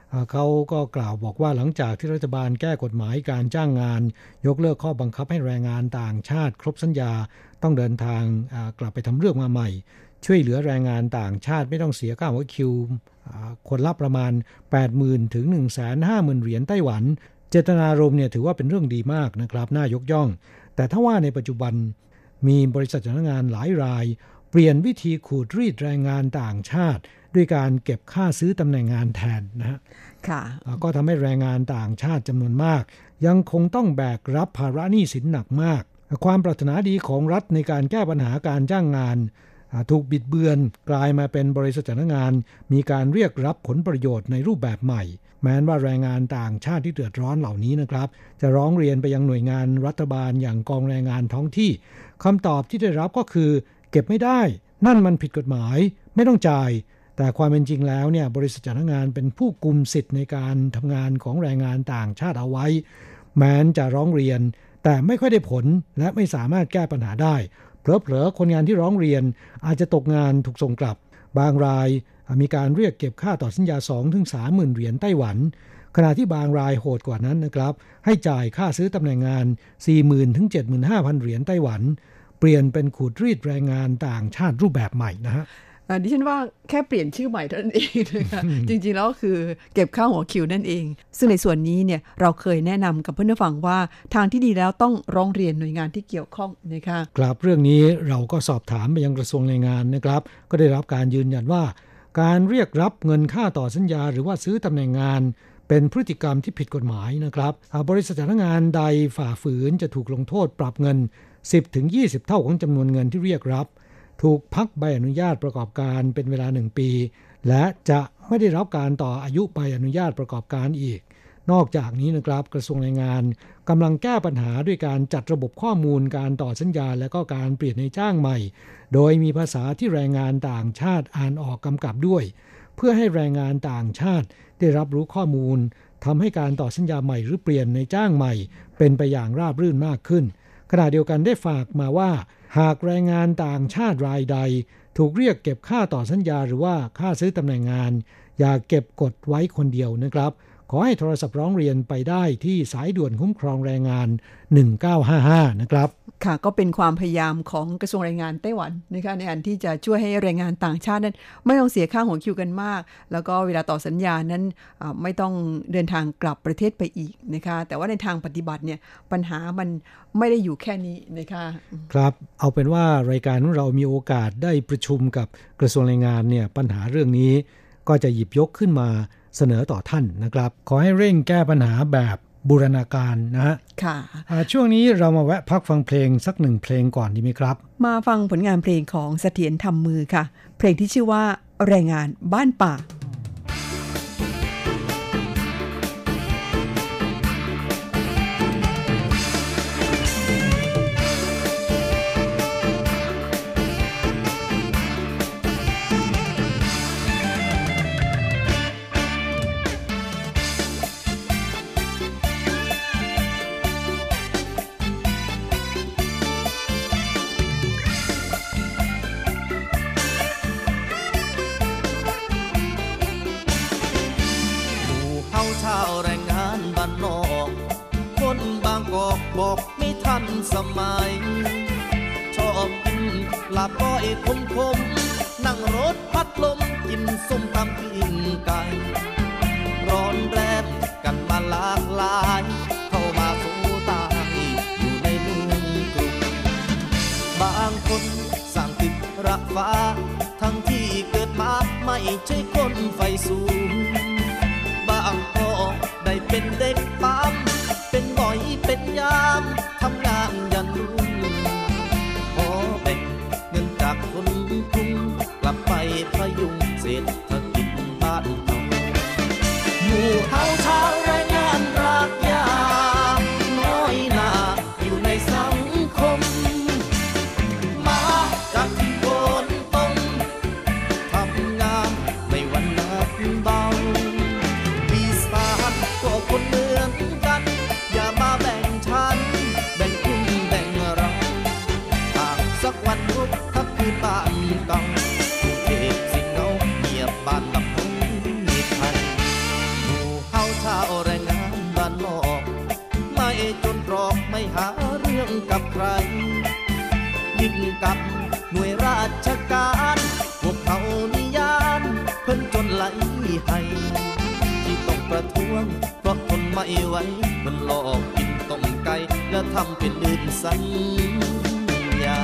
เขาก็กล่าวบอกว่าหลังจากที่รัฐบาลแก้กฎหมายการจ้างงานยกเลิกข้อบังคับให้แรงงานต่างชาติครบสัญญาต้องเดินทางกลับไปทำเรื่องมาใหม่ช่วยเหลือแรงงานต่างชาติไม่ต้องเสียค่าหัวคิวคนละประมาณ แปดหมื่น ถึง หนึ่งแสนห้าหมื่น เหรียญไต้หวันเจตนารมณ์เนี่ยถือว่าเป็นเรื่องดีมากนะครับน่ายกย่องแต่ถ้าว่าในปัจจุบันมีบริษัทจ้างงานหลายรายเปลี่ยนวิธีขูดรีดแรงงานต่างชาติด้วยการเก็บค่าซื้อตำแหน่งงานแทนนะฮะค่ะก็ทำให้แรงงานต่างชาติจำนวนมากยังคงต้องแบกรับภาระหนี้สินหนักมากความปรารถนาดีของรัฐในการแก้ปัญหาการจ้างงานถูกบิดเบือนกลายมาเป็นบริษัทจ้างงานมีการเรียกรับผลประโยชน์ในรูปแบบใหม่แม้ว่าแรงงานต่างชาติที่เดือดร้อนเหล่านี้นะครับจะร้องเรียนไปยังหน่วยงานรัฐบาลอย่างกองแรงงานท้องที่คำตอบที่ได้รับก็คือเก็บไม่ได้นั่นมันผิดกฎหมายไม่ต้องจ่ายแต่ความเป็นจริงแล้วเนี่ยบริษัทจ้างงานเป็นผู้กุมสิทธิ์ในการทำงานของแรงงานต่างชาติเอาไว้แม้จะร้องเรียนแต่ไม่ค่อยได้ผลและไม่สามารถแก้ปัญหาได้เผลอๆคนงานที่ร้องเรียนอาจจะตกงานถูกส่งกลับบางรายมีการเรียกเก็บค่าต่อสัญญา สองถึงสามหมื่น เหรียญไต้หวันขณะที่บางรายโหดกว่านั้นนะครับให้จ่ายค่าซื้อตำแหน่งงาน สี่หมื่น ถึง เจ็ดหมื่นห้าพัน เหรียญไต้หวันเปลี่ยนเป็นขูดรีดแรงงานต่างชาติรูปแบบใหม่นะฮะดิฉันว่าแค่เปลี่ยนชื่อใหม่เท่านั้นเองนะคะจริงๆแล้วคือเก็บค่าหัวคิวนั่นเองซึ่งในส่วนนี้เนี่ยเราเคยแนะนำกับเพื่อนผู้ฟังว่าทางที่ดีแล้วต้องร้องเรียนหน่วยงานที่เกี่ยวข้องนะคะครับเรื่องนี้เราก็สอบถามไปยังกระทรวงแรงงานนะครับก็ได้รับการยืนยันว่าการเรียกรับเงินค่าต่อสัญญาหรือว่าซื้อตำแหน่งงานเป็นพฤติกรรมที่ผิดกฎหมายนะครับบริษัทจ้างงานใดฝ่าฝืนจะถูกลงโทษปรับเงิน สิบถึงยี่สิบ เท่าของจำนวนเงินที่เรียกรับถูกพักใบอนุญาตประกอบการเป็นเวลาหนึ่งปีและจะไม่ได้รับการต่ออายุใบอนุญาตประกอบการอีกนอกจากนี้นะครับกระทรวงแรงงานกำลังแก้ปัญหาด้วยการจัดระบบข้อมูลการต่อสัญญาและก็การเปลี่ยนนายจ้างใหม่โดยมีภาษาที่แรงงานต่างชาติอ่านออกกำกับด้วยเพื่อให้แรงงานต่างชาติได้รับรู้ข้อมูลทำให้การต่อสัญญาใหม่หรือเปลี่ยนนายจ้างใหม่เป็นไปอย่างราบรื่นมากขึ้นขณะเดียวกันได้ฝากมาว่าหากแรงงานต่างชาติรายใดถูกเรียกเก็บค่าต่อสัญญาหรือว่าค่าซื้อตำแหน่งงานอย่าเก็บกดไว้คนเดียวนะครับขอให้โทรศัพท์ร้องเรียนไปได้ที่สายด่วนคุ้มครองแรงงานหนึ่งเก้าห้าห้านะครับค่ะก็เป็นความพยายามของกระทรวงแรงงานไต้หวันนะคะในอันที่จะช่วยให้แรงงานต่างชาตินั้นไม่ต้องเสียค่าหัวคิวกันมากแล้วก็เวลาต่อสัญญานั้นไม่ต้องเดินทางกลับประเทศไปอีกนะคะแต่ว่าในทางปฏิบัติเนี่ยปัญหามันไม่ได้อยู่แค่นี้นะคะครับเอาเป็นว่ารายการของเรามีโอกาสได้ประชุมกับกระทรวงแรงงานเนี่ยปัญหาเรื่องนี้ก็จะหยิบยกขึ้นมาเสนอต่อท่านนะครับขอให้เร่งแก้ปัญหาแบบบูรณาการนะฮะค่ะช่วงนี้เรามาแวะพักฟังเพลงสักหนึ่งเพลงก่อนดีไหมครับมาฟังผลงานเพลงของเสถียรทำมือค่ะเพลงที่ชื่อว่าแรงงานบ้านป่าบอกไม่ทันสมัยชอบกินลาบก้อยคมๆนั่งรถพัดลมกินส้มตำกินไก่ร้อนแรงกันมาหลากหลายเข้ามาสู้ตายอยู่ในเมืองกรุงบางคนสั่งติดระฟ้าทั้งที่เกิดมาไม่ใช่คนไฟสูงบางก็ได้เป็นเด็กปั๊มเป็นบ่อยเป็นยามทำงานยันรุ่งขอแบ่งเงินจากคนกรุงกลับไปพยุงเศรษฐกิจบ้านเราหมู่เฮาชาวแรงงานรากหญ้าน้อยหนาอยู่ในสังคมมาจากที่โคนต้นทำงานในวันนับเบาอีสานก็คนเมืองกันอย่ามาแบ่งชั้นแบ่งคุณแบ่งเราหากสักวันรุกทับคืนบ้านเก่าเทพสิงเงาเงียบบ้านลำพูนมีทันหมู่จนตรอกไม่หาเรื่องกับใครยิ่งกับหน่วยราชการพวกเขานิยามเพิ่นจนไหลให้ที่ต้องประท้วงเพราะทนไม่ไหวมันหลอกกินต้มไก่แล้วทำเป็นลืมสัญญา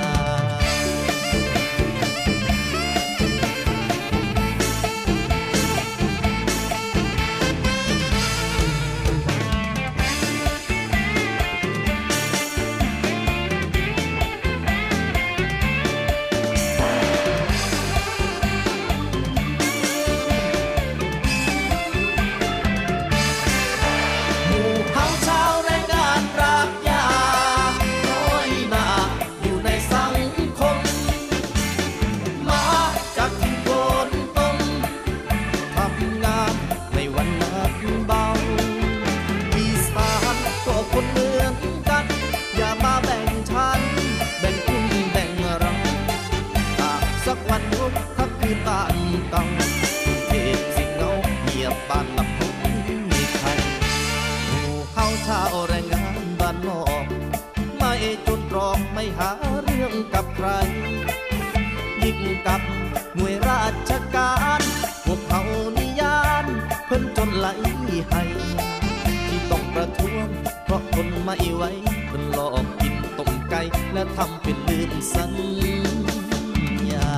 ไม่หาเรื่องกับใครยิ่งกับหน่วยราชการพวกเขานิยามเพิ่นจนไหลให้ที่ต้องประท้วงเพราะทนไม่ไหวเพิ่นหลอกกินต้มไก่และทำเป็นลืมสัญญา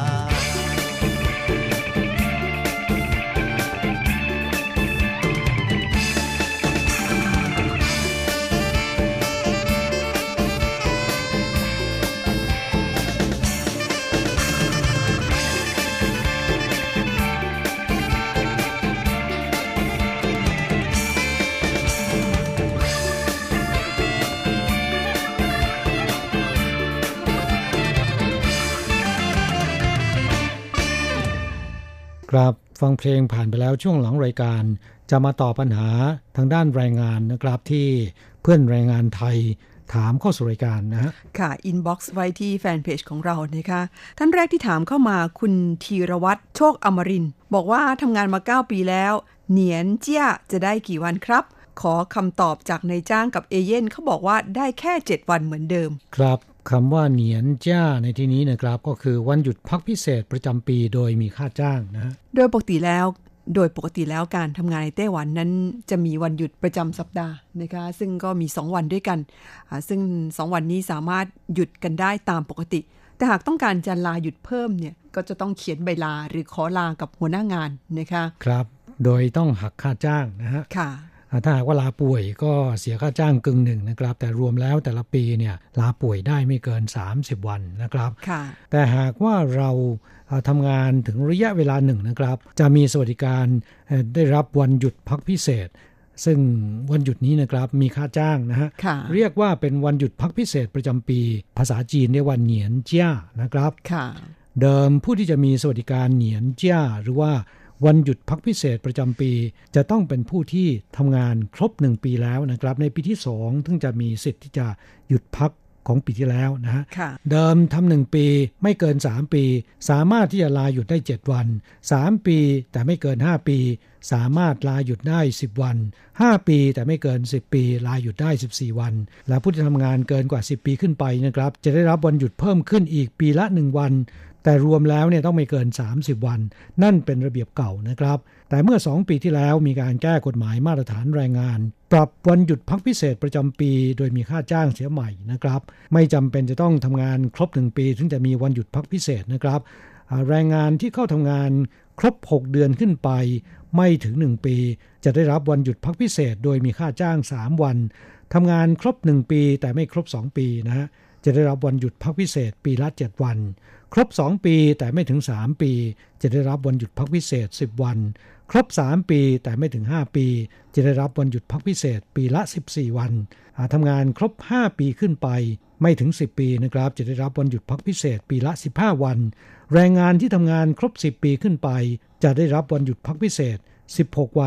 ครับฟังเพลงผ่านไปแล้วช่วงหลังรายการจะมาตอบปัญหาทางด้านแรงงานนะครับที่เพื่อนแรงงานไทยถามเข้าสู่รายการนะฮะค่ะอินบ็อกซ์ไว้ที่แฟนเพจของเรานะคะท่านแรกที่ถามเข้ามาคุณธีรวัฒน์โชคอมรินทร์บอกว่าทำงานมาเก้าปีแล้วเหนียนเจี้ยจะได้กี่วันครับขอคำตอบจากนายจ้างกับเอเย่นเขาบอกว่าได้แค่เจ็ดวันเหมือนเดิมครับคำว่าเหนียนจ้าในที่นี้นะครับก็คือวันหยุดพักพิเศษประจำปีโดยมีค่าจ้างนะฮะโดยปกติแล้วโดยปกติแล้วการทำงานในไต้หวันนั้นจะมีวันหยุดประจำสัปดาห์นะคะซึ่งก็มีสองวันด้วยกันซึ่งสองวันนี้สามารถหยุดกันได้ตามปกติแต่หากต้องการจะลาหยุดเพิ่มเนี่ยก็จะต้องเขียนใบลาหรือขอลากับหัวหน้างานนะคะครับโดยต้องหักค่าจ้างนะฮะค่ะถ้าหากว่าลาป่วยก็เสียค่าจ้างกึ่งหนึ่งนะครับแต่รวมแล้วแต่ละปีเนี่ยลาป่วยได้ไม่เกินสามสิบวันนะครับแต่หากว่าเราทำงานถึงระยะเวลาหนึ่งนะครับจะมีสวัสดิการได้รับวันหยุดพักพิเศษซึ่งวันหยุดนี้นะครับมีค่าจ้างนะฮะเรียกว่าเป็นวันหยุดพักพิเศษประจำปีภาษาจีนเรียกว่าเหนียนเจี้ยนะครับเดิมผู้ที่จะมีสวัสดิการเหนียนเจี้ยหรือว่าวันหยุดพักพิเศษประจำปีจะต้องเป็นผู้ที่ทำงานครบหนึ่งปีแล้วนะครับในปีที่สองถึงจะมีสิทธิ์ที่จะหยุดพักของปีที่แล้วนะฮะเดิมทำหนึ่งปีไม่เกินสามปีสามารถที่จะลาหยุดได้เจ็ดวันสามปีแต่ไม่เกินห้าปีสามารถลาหยุดได้สิบวันห้าปีแต่ไม่เกินสิบปีลาหยุดได้สิบสี่วันและผู้ที่ทำงานเกินกว่าสิบปีขึ้นไปนะครับจะได้รับวันหยุดเพิ่มขึ้นอีกปีละหนึ่งวันแต่รวมแล้วเนี่ยต้องไม่เกินสามสิบวันนั่นเป็นระเบียบเก่านะครับแต่เมื่อสองปีที่แล้วมีการแก้กฎหมายมาตรฐานแรงงานปรับวันหยุดพักพิเศษประจำปีโดยมีค่าจ้างเสียใหม่นะครับไม่จำเป็นจะต้องทำงานครบหนึ่งปีถึงจะมีวันหยุดพักพิเศษนะครับแรงงานที่เข้าทำงานครบหกเดือนขึ้นไปไม่ถึงหนึ่งปีจะได้รับวันหยุดพักพิเศษโดยมีค่าจ้างสามวันทำงานครบหนึ่งปีแต่ไม่ครบสองปีนะฮะจะได้รับวันหยุดพักพิเศษปีละเจ็ดวันครบสองปีแต่ไม่ถึงสามปีจะได้รับวันหยุดพักพิเศษสิบวันครบสามปีแต่ไม่ถึงห้าปีจะได้รับวันหยุดพักพิเศษปีละสิบสี่วันทำงานครบห้าปีขึ้นไปไม่ถึงสิบปีนะครับจะได้รับวันหยุดพักพิเศษปีละสิบห้าวันแรงงานที่ทำงานครบสิบปีขึ้นไปจะได้รับวันหยุดพักพิเศษสิบหกวัน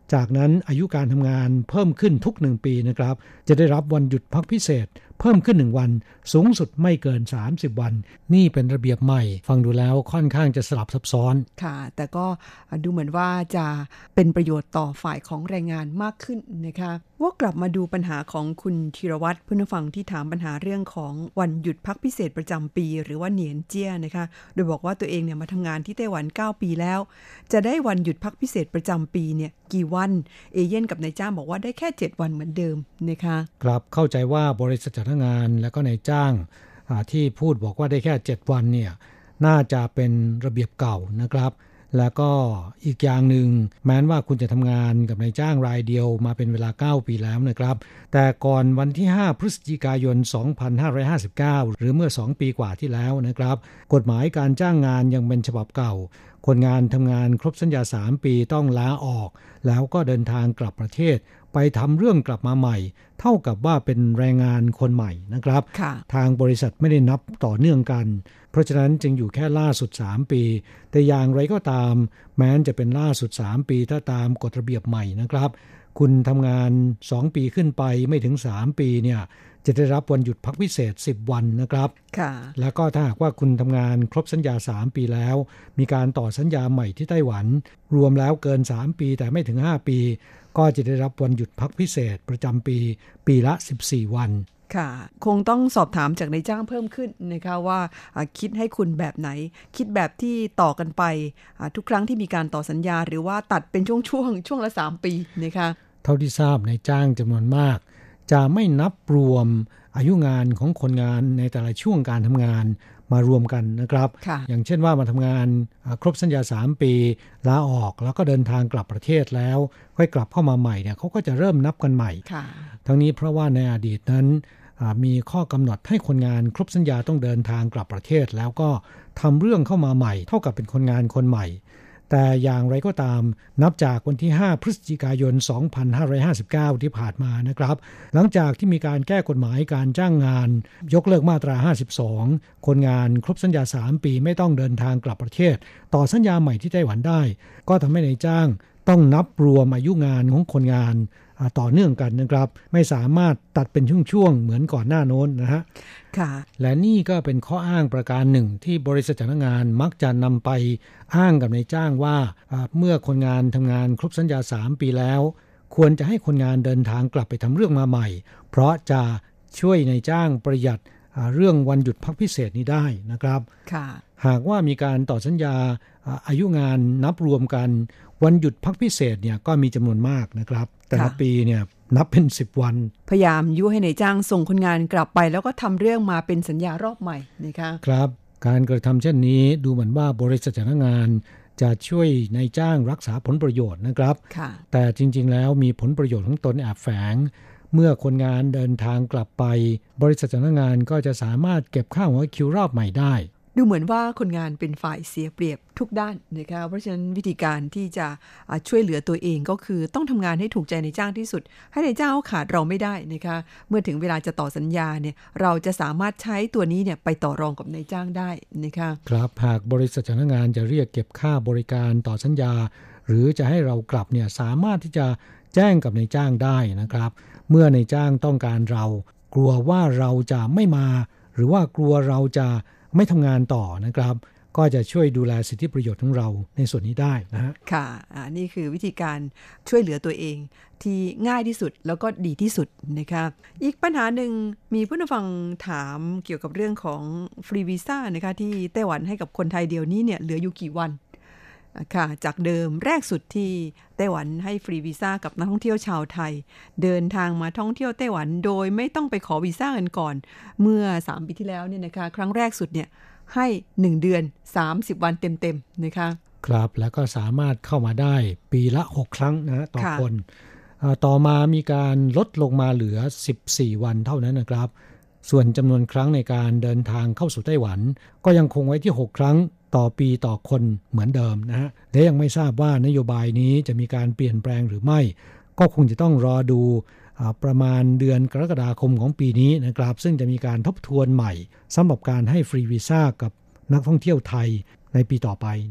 จากนั้นอายุการทำงานเพิ่มขึ้นทุกหนึ่งปีนะครับจะได้รับวันหยุดพักพิเศษเพิ่มขึ้นหนึ่งวันสูงสุดไม่เกินสามสิบวันนี่เป็นระเบียบใหม่ฟังดูแล้วค่อนข้างจะสลับซับซ้อนค่ะแต่ก็ดูเหมือนว่าจะเป็นประโยชน์ต่อฝ่ายของแรงงานมากขึ้นนะคะว่ากลับมาดูปัญหาของคุณธีรวัตรผู้ฟังที่ถามปัญหาเรื่องของวันหยุดพักพิเศษประจำปีหรือว่าเหนียนเจี้ยนะคะโดยบอกว่าตัวเองเนี่ยมาทำงานที่ไต้หวันเก้าปีแล้วจะได้วันหยุดพักพิเศษประจำปีเนี่ยกี่วันเอเย่นกับนายจ้างบอกว่าได้แค่เจ็ดวันเหมือนเดิมนะคะครับเข้าใจว่าบริษัทจ้างงานและก็นายจ้างที่พูดบอกว่าได้แค่เจ็ดวันเนี่ยน่าจะเป็นระเบียบเก่านะครับแล้วก็อีกอย่างหนึ่งแม้ว่าคุณจะทำงานกับนายจ้างรายเดียวมาเป็นเวลาเก้าปีแล้วนะครับแต่ก่อนวันที่ห้าพฤศจิกายนสองพันห้าร้อยห้าสิบเก้าหรือเมื่อสองปีกว่าที่แล้วนะครับกฎหมายการจ้างงานยังเป็นฉบับเก่าคนงานทำงานครบสัญญาสามปีต้องลาออกแล้วก็เดินทางกลับประเทศไปทำเรื่องกลับมาใหม่เท่ากับว่าเป็นแรงงานคนใหม่นะครับทางบริษัทไม่ได้นับต่อเนื่องกันเพราะฉะนั้นจึงอยู่แค่ล่าสุดสามปีแต่อย่างไรก็ตามแม้จะเป็นล่าสุดสามปีถ้าตามกฎระเบียบใหม่นะครับคุณทำงานสองปีขึ้นไปไม่ถึงสามปีเนี่ยจะได้รับวันหยุดพักพิเศษสิบวันนะครับค่ะแล้วก็ถ้าหากว่าคุณทำงานครบสัญญาสามปีแล้วมีการต่อสัญญาใหม่ที่ไต้หวันรวมแล้วเกินสามปีแต่ไม่ถึงห้าปีก็จะได้รับวันหยุดพักพิเศษประจำปีปีละสิบสี่วันค่ะคงต้องสอบถามจากนายจ้างเพิ่มขึ้นนะคะว่าคิดให้คุณแบบไหนคิดแบบที่ต่อกันไปทุกครั้งที่มีการต่อสัญญาหรือว่าตัดเป็นช่วงๆ ช่วง, ช่วงละสามปีนะคะเท่าที่ทราบนายจ้างจำนวนมากจะไม่นับรวมอายุงานของคนงานในแต่ละช่วงการทำงานมารวมกันนะครับอย่างเช่นว่ามาทำงานครบสัญญาสามปีลาออกแล้วก็เดินทางกลับประเทศแล้วค่อยกลับเข้ามาใหม่เนี่ยเขาก็จะเริ่มนับกันใหม่ทั้งนี้เพราะว่าในอดีตนั้นมีข้อกำหนดให้คนงานครบสัญญาต้องเดินทางกลับประเทศแล้วก็ทำเรื่องเข้ามาใหม่เท่ากับเป็นคนงานคนใหม่แต่อย่างไรก็ตามนับจากวันที่ห้าพฤศจิกายนสองพันห้าร้อยห้าสิบเก้าที่ผ่านมานะครับหลังจากที่มีการแก้กฎหมายการจ้างงานยกเลิกมาตราห้าสิบสองคนงานครบสัญญาสามปีไม่ต้องเดินทางกลับประเทศต่อสัญญาใหม่ที่ไต้หวันได้ก็ทำให้นายจ้างต้องนับรวมอายุงานของคนงานต่อเนื่องกันนะครับไม่สามารถตัดเป็นช่วงๆเหมือนก่อนหน้าโน้นนะฮะค่ะและนี่ก็เป็นข้ออ้างประการหนึ่งที่บริษัทจ้างงานมักจะนำไปอ้างกับนายจ้างว่าเมื่อคนงานทำงานครบสัญญาสามปีแล้วควรจะให้คนงานเดินทางกลับไปทำเรื่องมาใหม่เพราะจะช่วยนายจ้างประหยัดเรื่องวันหยุดพักพิเศษนี้ได้นะครับค่ะหากว่ามีการต่อสัญญาอายุงานนับรวมกันวันหยุดพักพิเศษเนี่ยก็มีจำนวนมากนะครับแต่ละปีเนี่ยนับเป็นสิบวันพยายามยุให้นายจ้างส่งคนงานกลับไปแล้วก็ทำเรื่องมาเป็นสัญญารอบใหม่นะคะครับการกระทำเช่นนี้ดูเหมือนว่าบริษัทจ้างงานจะช่วยนายจ้างรักษาผลประโยชน์นะครับแต่จริงๆแล้วมีผลประโยชน์ของตนแอบแฝงเมื่อคนงานเดินทางกลับไปบริษัทจ้างงานก็จะสามารถเก็บค่าหัวคิวรอบใหม่ได้ดูเหมือนว่าคนงานเป็นฝ่ายเสียเปรียบทุกด้านนะคะเพราะฉะนั้นวิธีการที่จะช่วยเหลือตัวเองก็คือต้องทำงานให้ถูกใจนายจ้างที่สุดให้นายจ้างขาดเราไม่ได้นะคะเมื่อถึงเวลาจะต่อสัญญาเนี่ยเราจะสามารถใช้ตัวนี้เนี่ยไปต่อรองกับนายจ้างได้นะคะครับหากบริษัทจ้างงานจะเรียกเก็บค่าบริการต่อสัญญาหรือจะให้เรากลับเนี่ยสามารถที่จะแจ้งกับนายจ้างได้นะครับเมื่อนายจ้างต้องการเรากลัวว่าเราจะไม่มาหรือว่ากลัวเราจะไม่ทำงานต่อนะครับก็จะช่วยดูแลสิทธิประโยชน์ของเราในส่วนนี้ได้นะฮะค่ะอ่านี่คือวิธีการช่วยเหลือตัวเองที่ง่ายที่สุดแล้วก็ดีที่สุดนะคะอีกปัญหาหนึ่งมีผู้ฟังถามเกี่ยวกับเรื่องของฟรีวีซ่านะคะที่ไต้หวันให้กับคนไทยเดียวนี้เนี่ยเหลืออยู่กี่วันค่ะจากเดิมแรกสุดที่ไต้หวันให้ฟรีวีซ่ากับนักท่องเที่ยวชาวไทยเดินทางมาท่องเที่ยวไต้หวันโดยไม่ต้องไปขอวีซ่ากันก่อนเมื่อสามปีที่แล้วเนี่ยนะคะครั้งแรกสุดเนี่ยให้หนึ่งเดือนสามสิบวันเต็มๆนะคะครับแล้วก็สามารถเข้ามาได้ปีละหกครั้งนะต่อคนต่อมามีการลดลงมาเหลือสิบสี่วันเท่านั้นนะครับส่วนจำนวนครั้งในการเดินทางเข้าสู่ไต้หวันก็ยังคงไว้ที่หกครั้งต่อปีต่อคนเหมือนเดิมนะฮะและยังไม่ทราบว่านโยบายนี้จะมีการเปลี่ยนแปลงหรือไม่ก็คงจะต้องรอดูประมาณเดือนกรกฎาคมของปีนี้นะครับซึ่งจะมีการทบทวนใหม่สำหรับการให้ฟรีวีซ่ากับนักท่องเที่ยวไทยในปีต่อไปนะ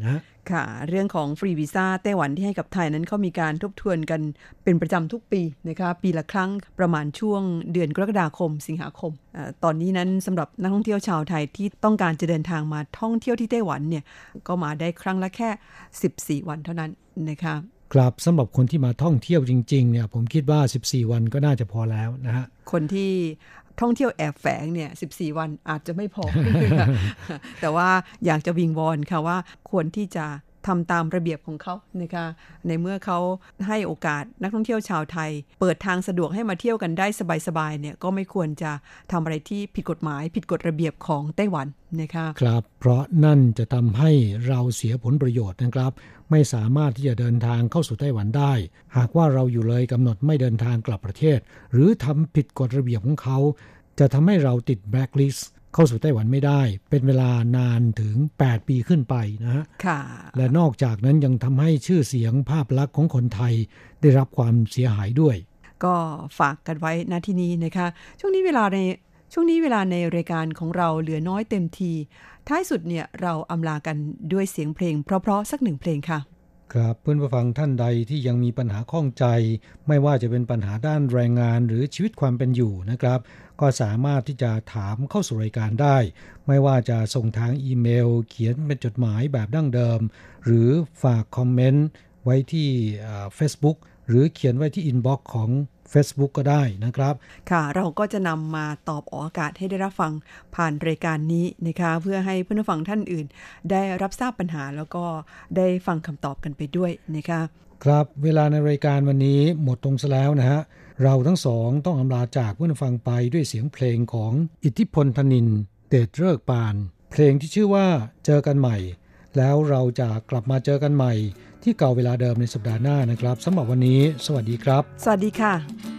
ค่ะเรื่องของฟรีวีซ่าไต้หวันที่ให้กับไทยนั้นเขามีการทบทวนกันเป็นประจำทุกปีนะคะปีละครั้งประมาณช่วงเดือนกรกฎาคมสิงหาคมอตอนนี้นั้นสำหรับนักท่องเที่ยวชาวไทยที่ต้องการจะเดินทางมาท่องเที่ยวที่ไต้หวันเนี่ยก็มาได้ครั้งละแค่สิบสี่วันเท่านั้นนะคะครับสำหรับคนที่มาท่องเที่ยวจริงๆเนี่ยผมคิดว่าสิบสี่วันก็น่าจะพอแล้วนะฮะคนที่ท่องเที่ยวแอบแฝงเนี่ยสิบสี่วันอาจจะไม่พอ แต่ว่าอยากจะวิงวอนค่ะว่าควรที่จะทำตามระเบียบของเขานะคะในเมื่อเขาให้โอกาสนักท่องเที่ยวชาวไทยเปิดทางสะดวกให้มาเที่ยวกันได้สบายๆเนี่ยก็ไม่ควรจะทำอะไรที่ผิดกฎหมายผิดกฎระเบียบของไต้หวันนะคะครับเพราะนั่นจะทำให้เราเสียผลประโยชน์นะครับไม่สามารถที่จะเดินทางเข้าสู่ไต้หวันได้หากว่าเราอยู่เลยกำหนดไม่เดินทางกลับประเทศหรือทำผิดกฎระเบียบของเขาจะทำให้เราติดแบล็คลิสต์เข้าสู่ไต้หวันไม่ได้เป็นเวลานานถึงแปดปีขึ้นไปนะฮะค่ะและนอกจากนั้นยังทำให้ชื่อเสียงภาพลักษณ์ของคนไทยได้รับความเสียหายด้วยก็ฝากกันไว้ณที่นี้นะคะช่วงนี้เวลาในช่วงนี้เวลาในรายการของเราเหลือน้อยเต็มทีท้ายสุดเนี่ยเราอำลากันด้วยเสียงเพลงเพราะๆสักหนึ่งเพลงค่ะครับเพื่อนผู้ฟังท่านใดที่ยังมีปัญหาข้องใจไม่ว่าจะเป็นปัญหาด้านแรงงานหรือชีวิตความเป็นอยู่นะครับก็สามารถที่จะถามเข้าสู่รายการได้ไม่ว่าจะส่งทางอีเมลเขียนเป็นจดหมายแบบดั้งเดิมหรือฝากคอมเมนต์ไว้ที่ Facebook หรือเขียนไว้ที่อินบ็อกซ์ของ Facebook ก็ได้นะครับค่ะเราก็จะนำมาตอบออกอากาศให้ได้รับฟังผ่านรายการนี้นะคะเพื่อให้เพื่อนผู้ฟังท่านอื่นได้รับทราบปัญหาแล้วก็ได้ฟังคำตอบกันไปด้วยนะคะครับเวลาในรายการวันนี้หมดลงซะแล้วนะฮะเราทั้งสองต้องอำลาจากเพื่อนผู้ฟังไปด้วยเสียงเพลงของอิทธิพลธนินทร์เดชฤกษ์ปานเพลงที่ชื่อว่าเจอกันใหม่แล้วเราจะกลับมาเจอกันใหม่ที่เก่าเวลาเดิมในสัปดาห์หน้านะครับสำหรับวันนี้สวัสดีครับสวัสดีค่ะ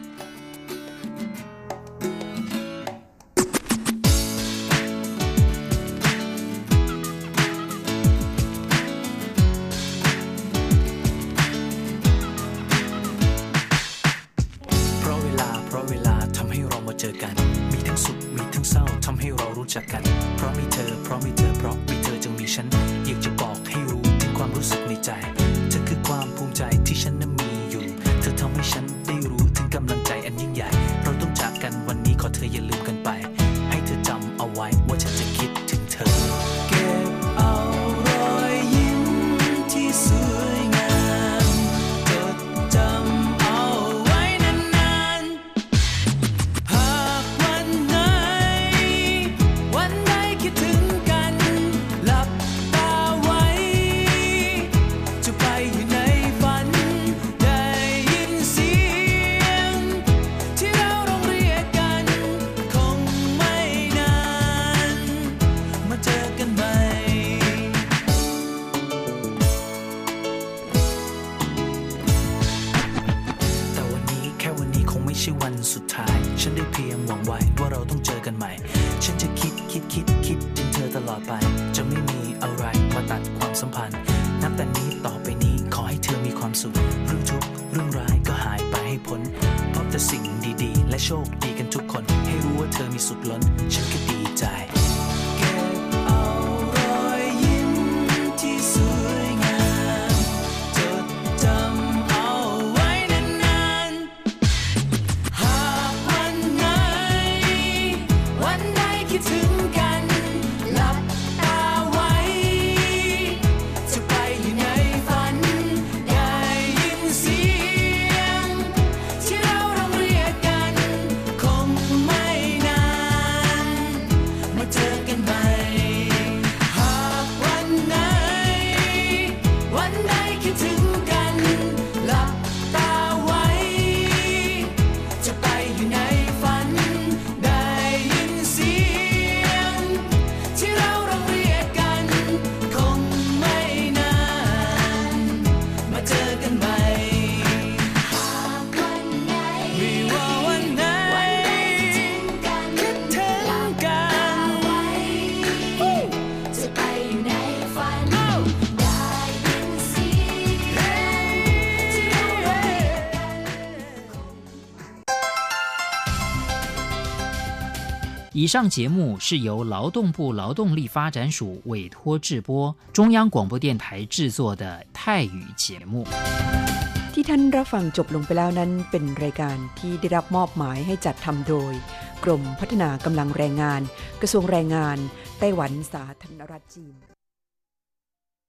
เพราะเวลาเพราะเวลาทำให้เรามาเจอกันมีทั้งสุขมีทั้งเศร้าทำให้เรารู้จักกันเพราะมีเธอเพราะมีเธอเพราะมีเธอจึงมีฉันอยากจะบอกให้รู้ถึงความรู้สึกในใจเธอคือความภูมิใจที่ฉันนั้นมีอยู่เธอทำให้ฉันได้รู้ถึงกำลังใจอันยิ่งใหญ่เราต้องจากกันวันนี้ขอเธออย่าลืมกันไปให้เธอจำเอาไว้ว่าฉันจะคิดถึงเธอเก็บเอารอยยิ้มที่สวยงามจดจำเอาไว้นานๆหากวันไหนวันใดคิดถึงกันหลับตาไว้จะไปอยู่ในฝันได้ยินเสียงที่เราร้องเรียกกันคงไม่นานมาเจอกันใหม่แต่วันนี้แค่วันนี้คงไม่ใช่วันสุดท้ายฉันได้เพียงหวังไว้ว่าเราต้องเจอกันใหม่ฉันจะคิดคิดคิดคิดถึงเธอตลอดไปจะไม่มีอะไรมาตัดความสัมพันธ์นับแต่นี้ต่อไปนี้ขอให้เธอมีความสุขเรื่องทุกข์เรื่องร้ายก็หายไปให้พ้นพบแต่สิ่งดีๆและโชคดีกันทุกคนให้รู้ว่าเธอมีสุขล้นฉันก็ดีใจเก็บเอารอยยิ้มที่สวยงามจดจำเอาไว้นานๆหากวันไหนวันใดคิดถึงกันหลับตาไว้จะไปอยู่ในฝันได้ยินเสียงที่เราร้องเรียกกันคงไม่นาน以上节目是由劳动部劳动力发展署委托制播，中央广播电台制作的泰语节目。 ที่ท่านรับฟังจบลงไปแล้วนั้นเป็นรายการที่ได้รับมอบหมายให้จัดทำโดยกรมพัฒนากำลังแรงงานกระทรวงแรงงานไต้หวันสาธารณรัฐจีน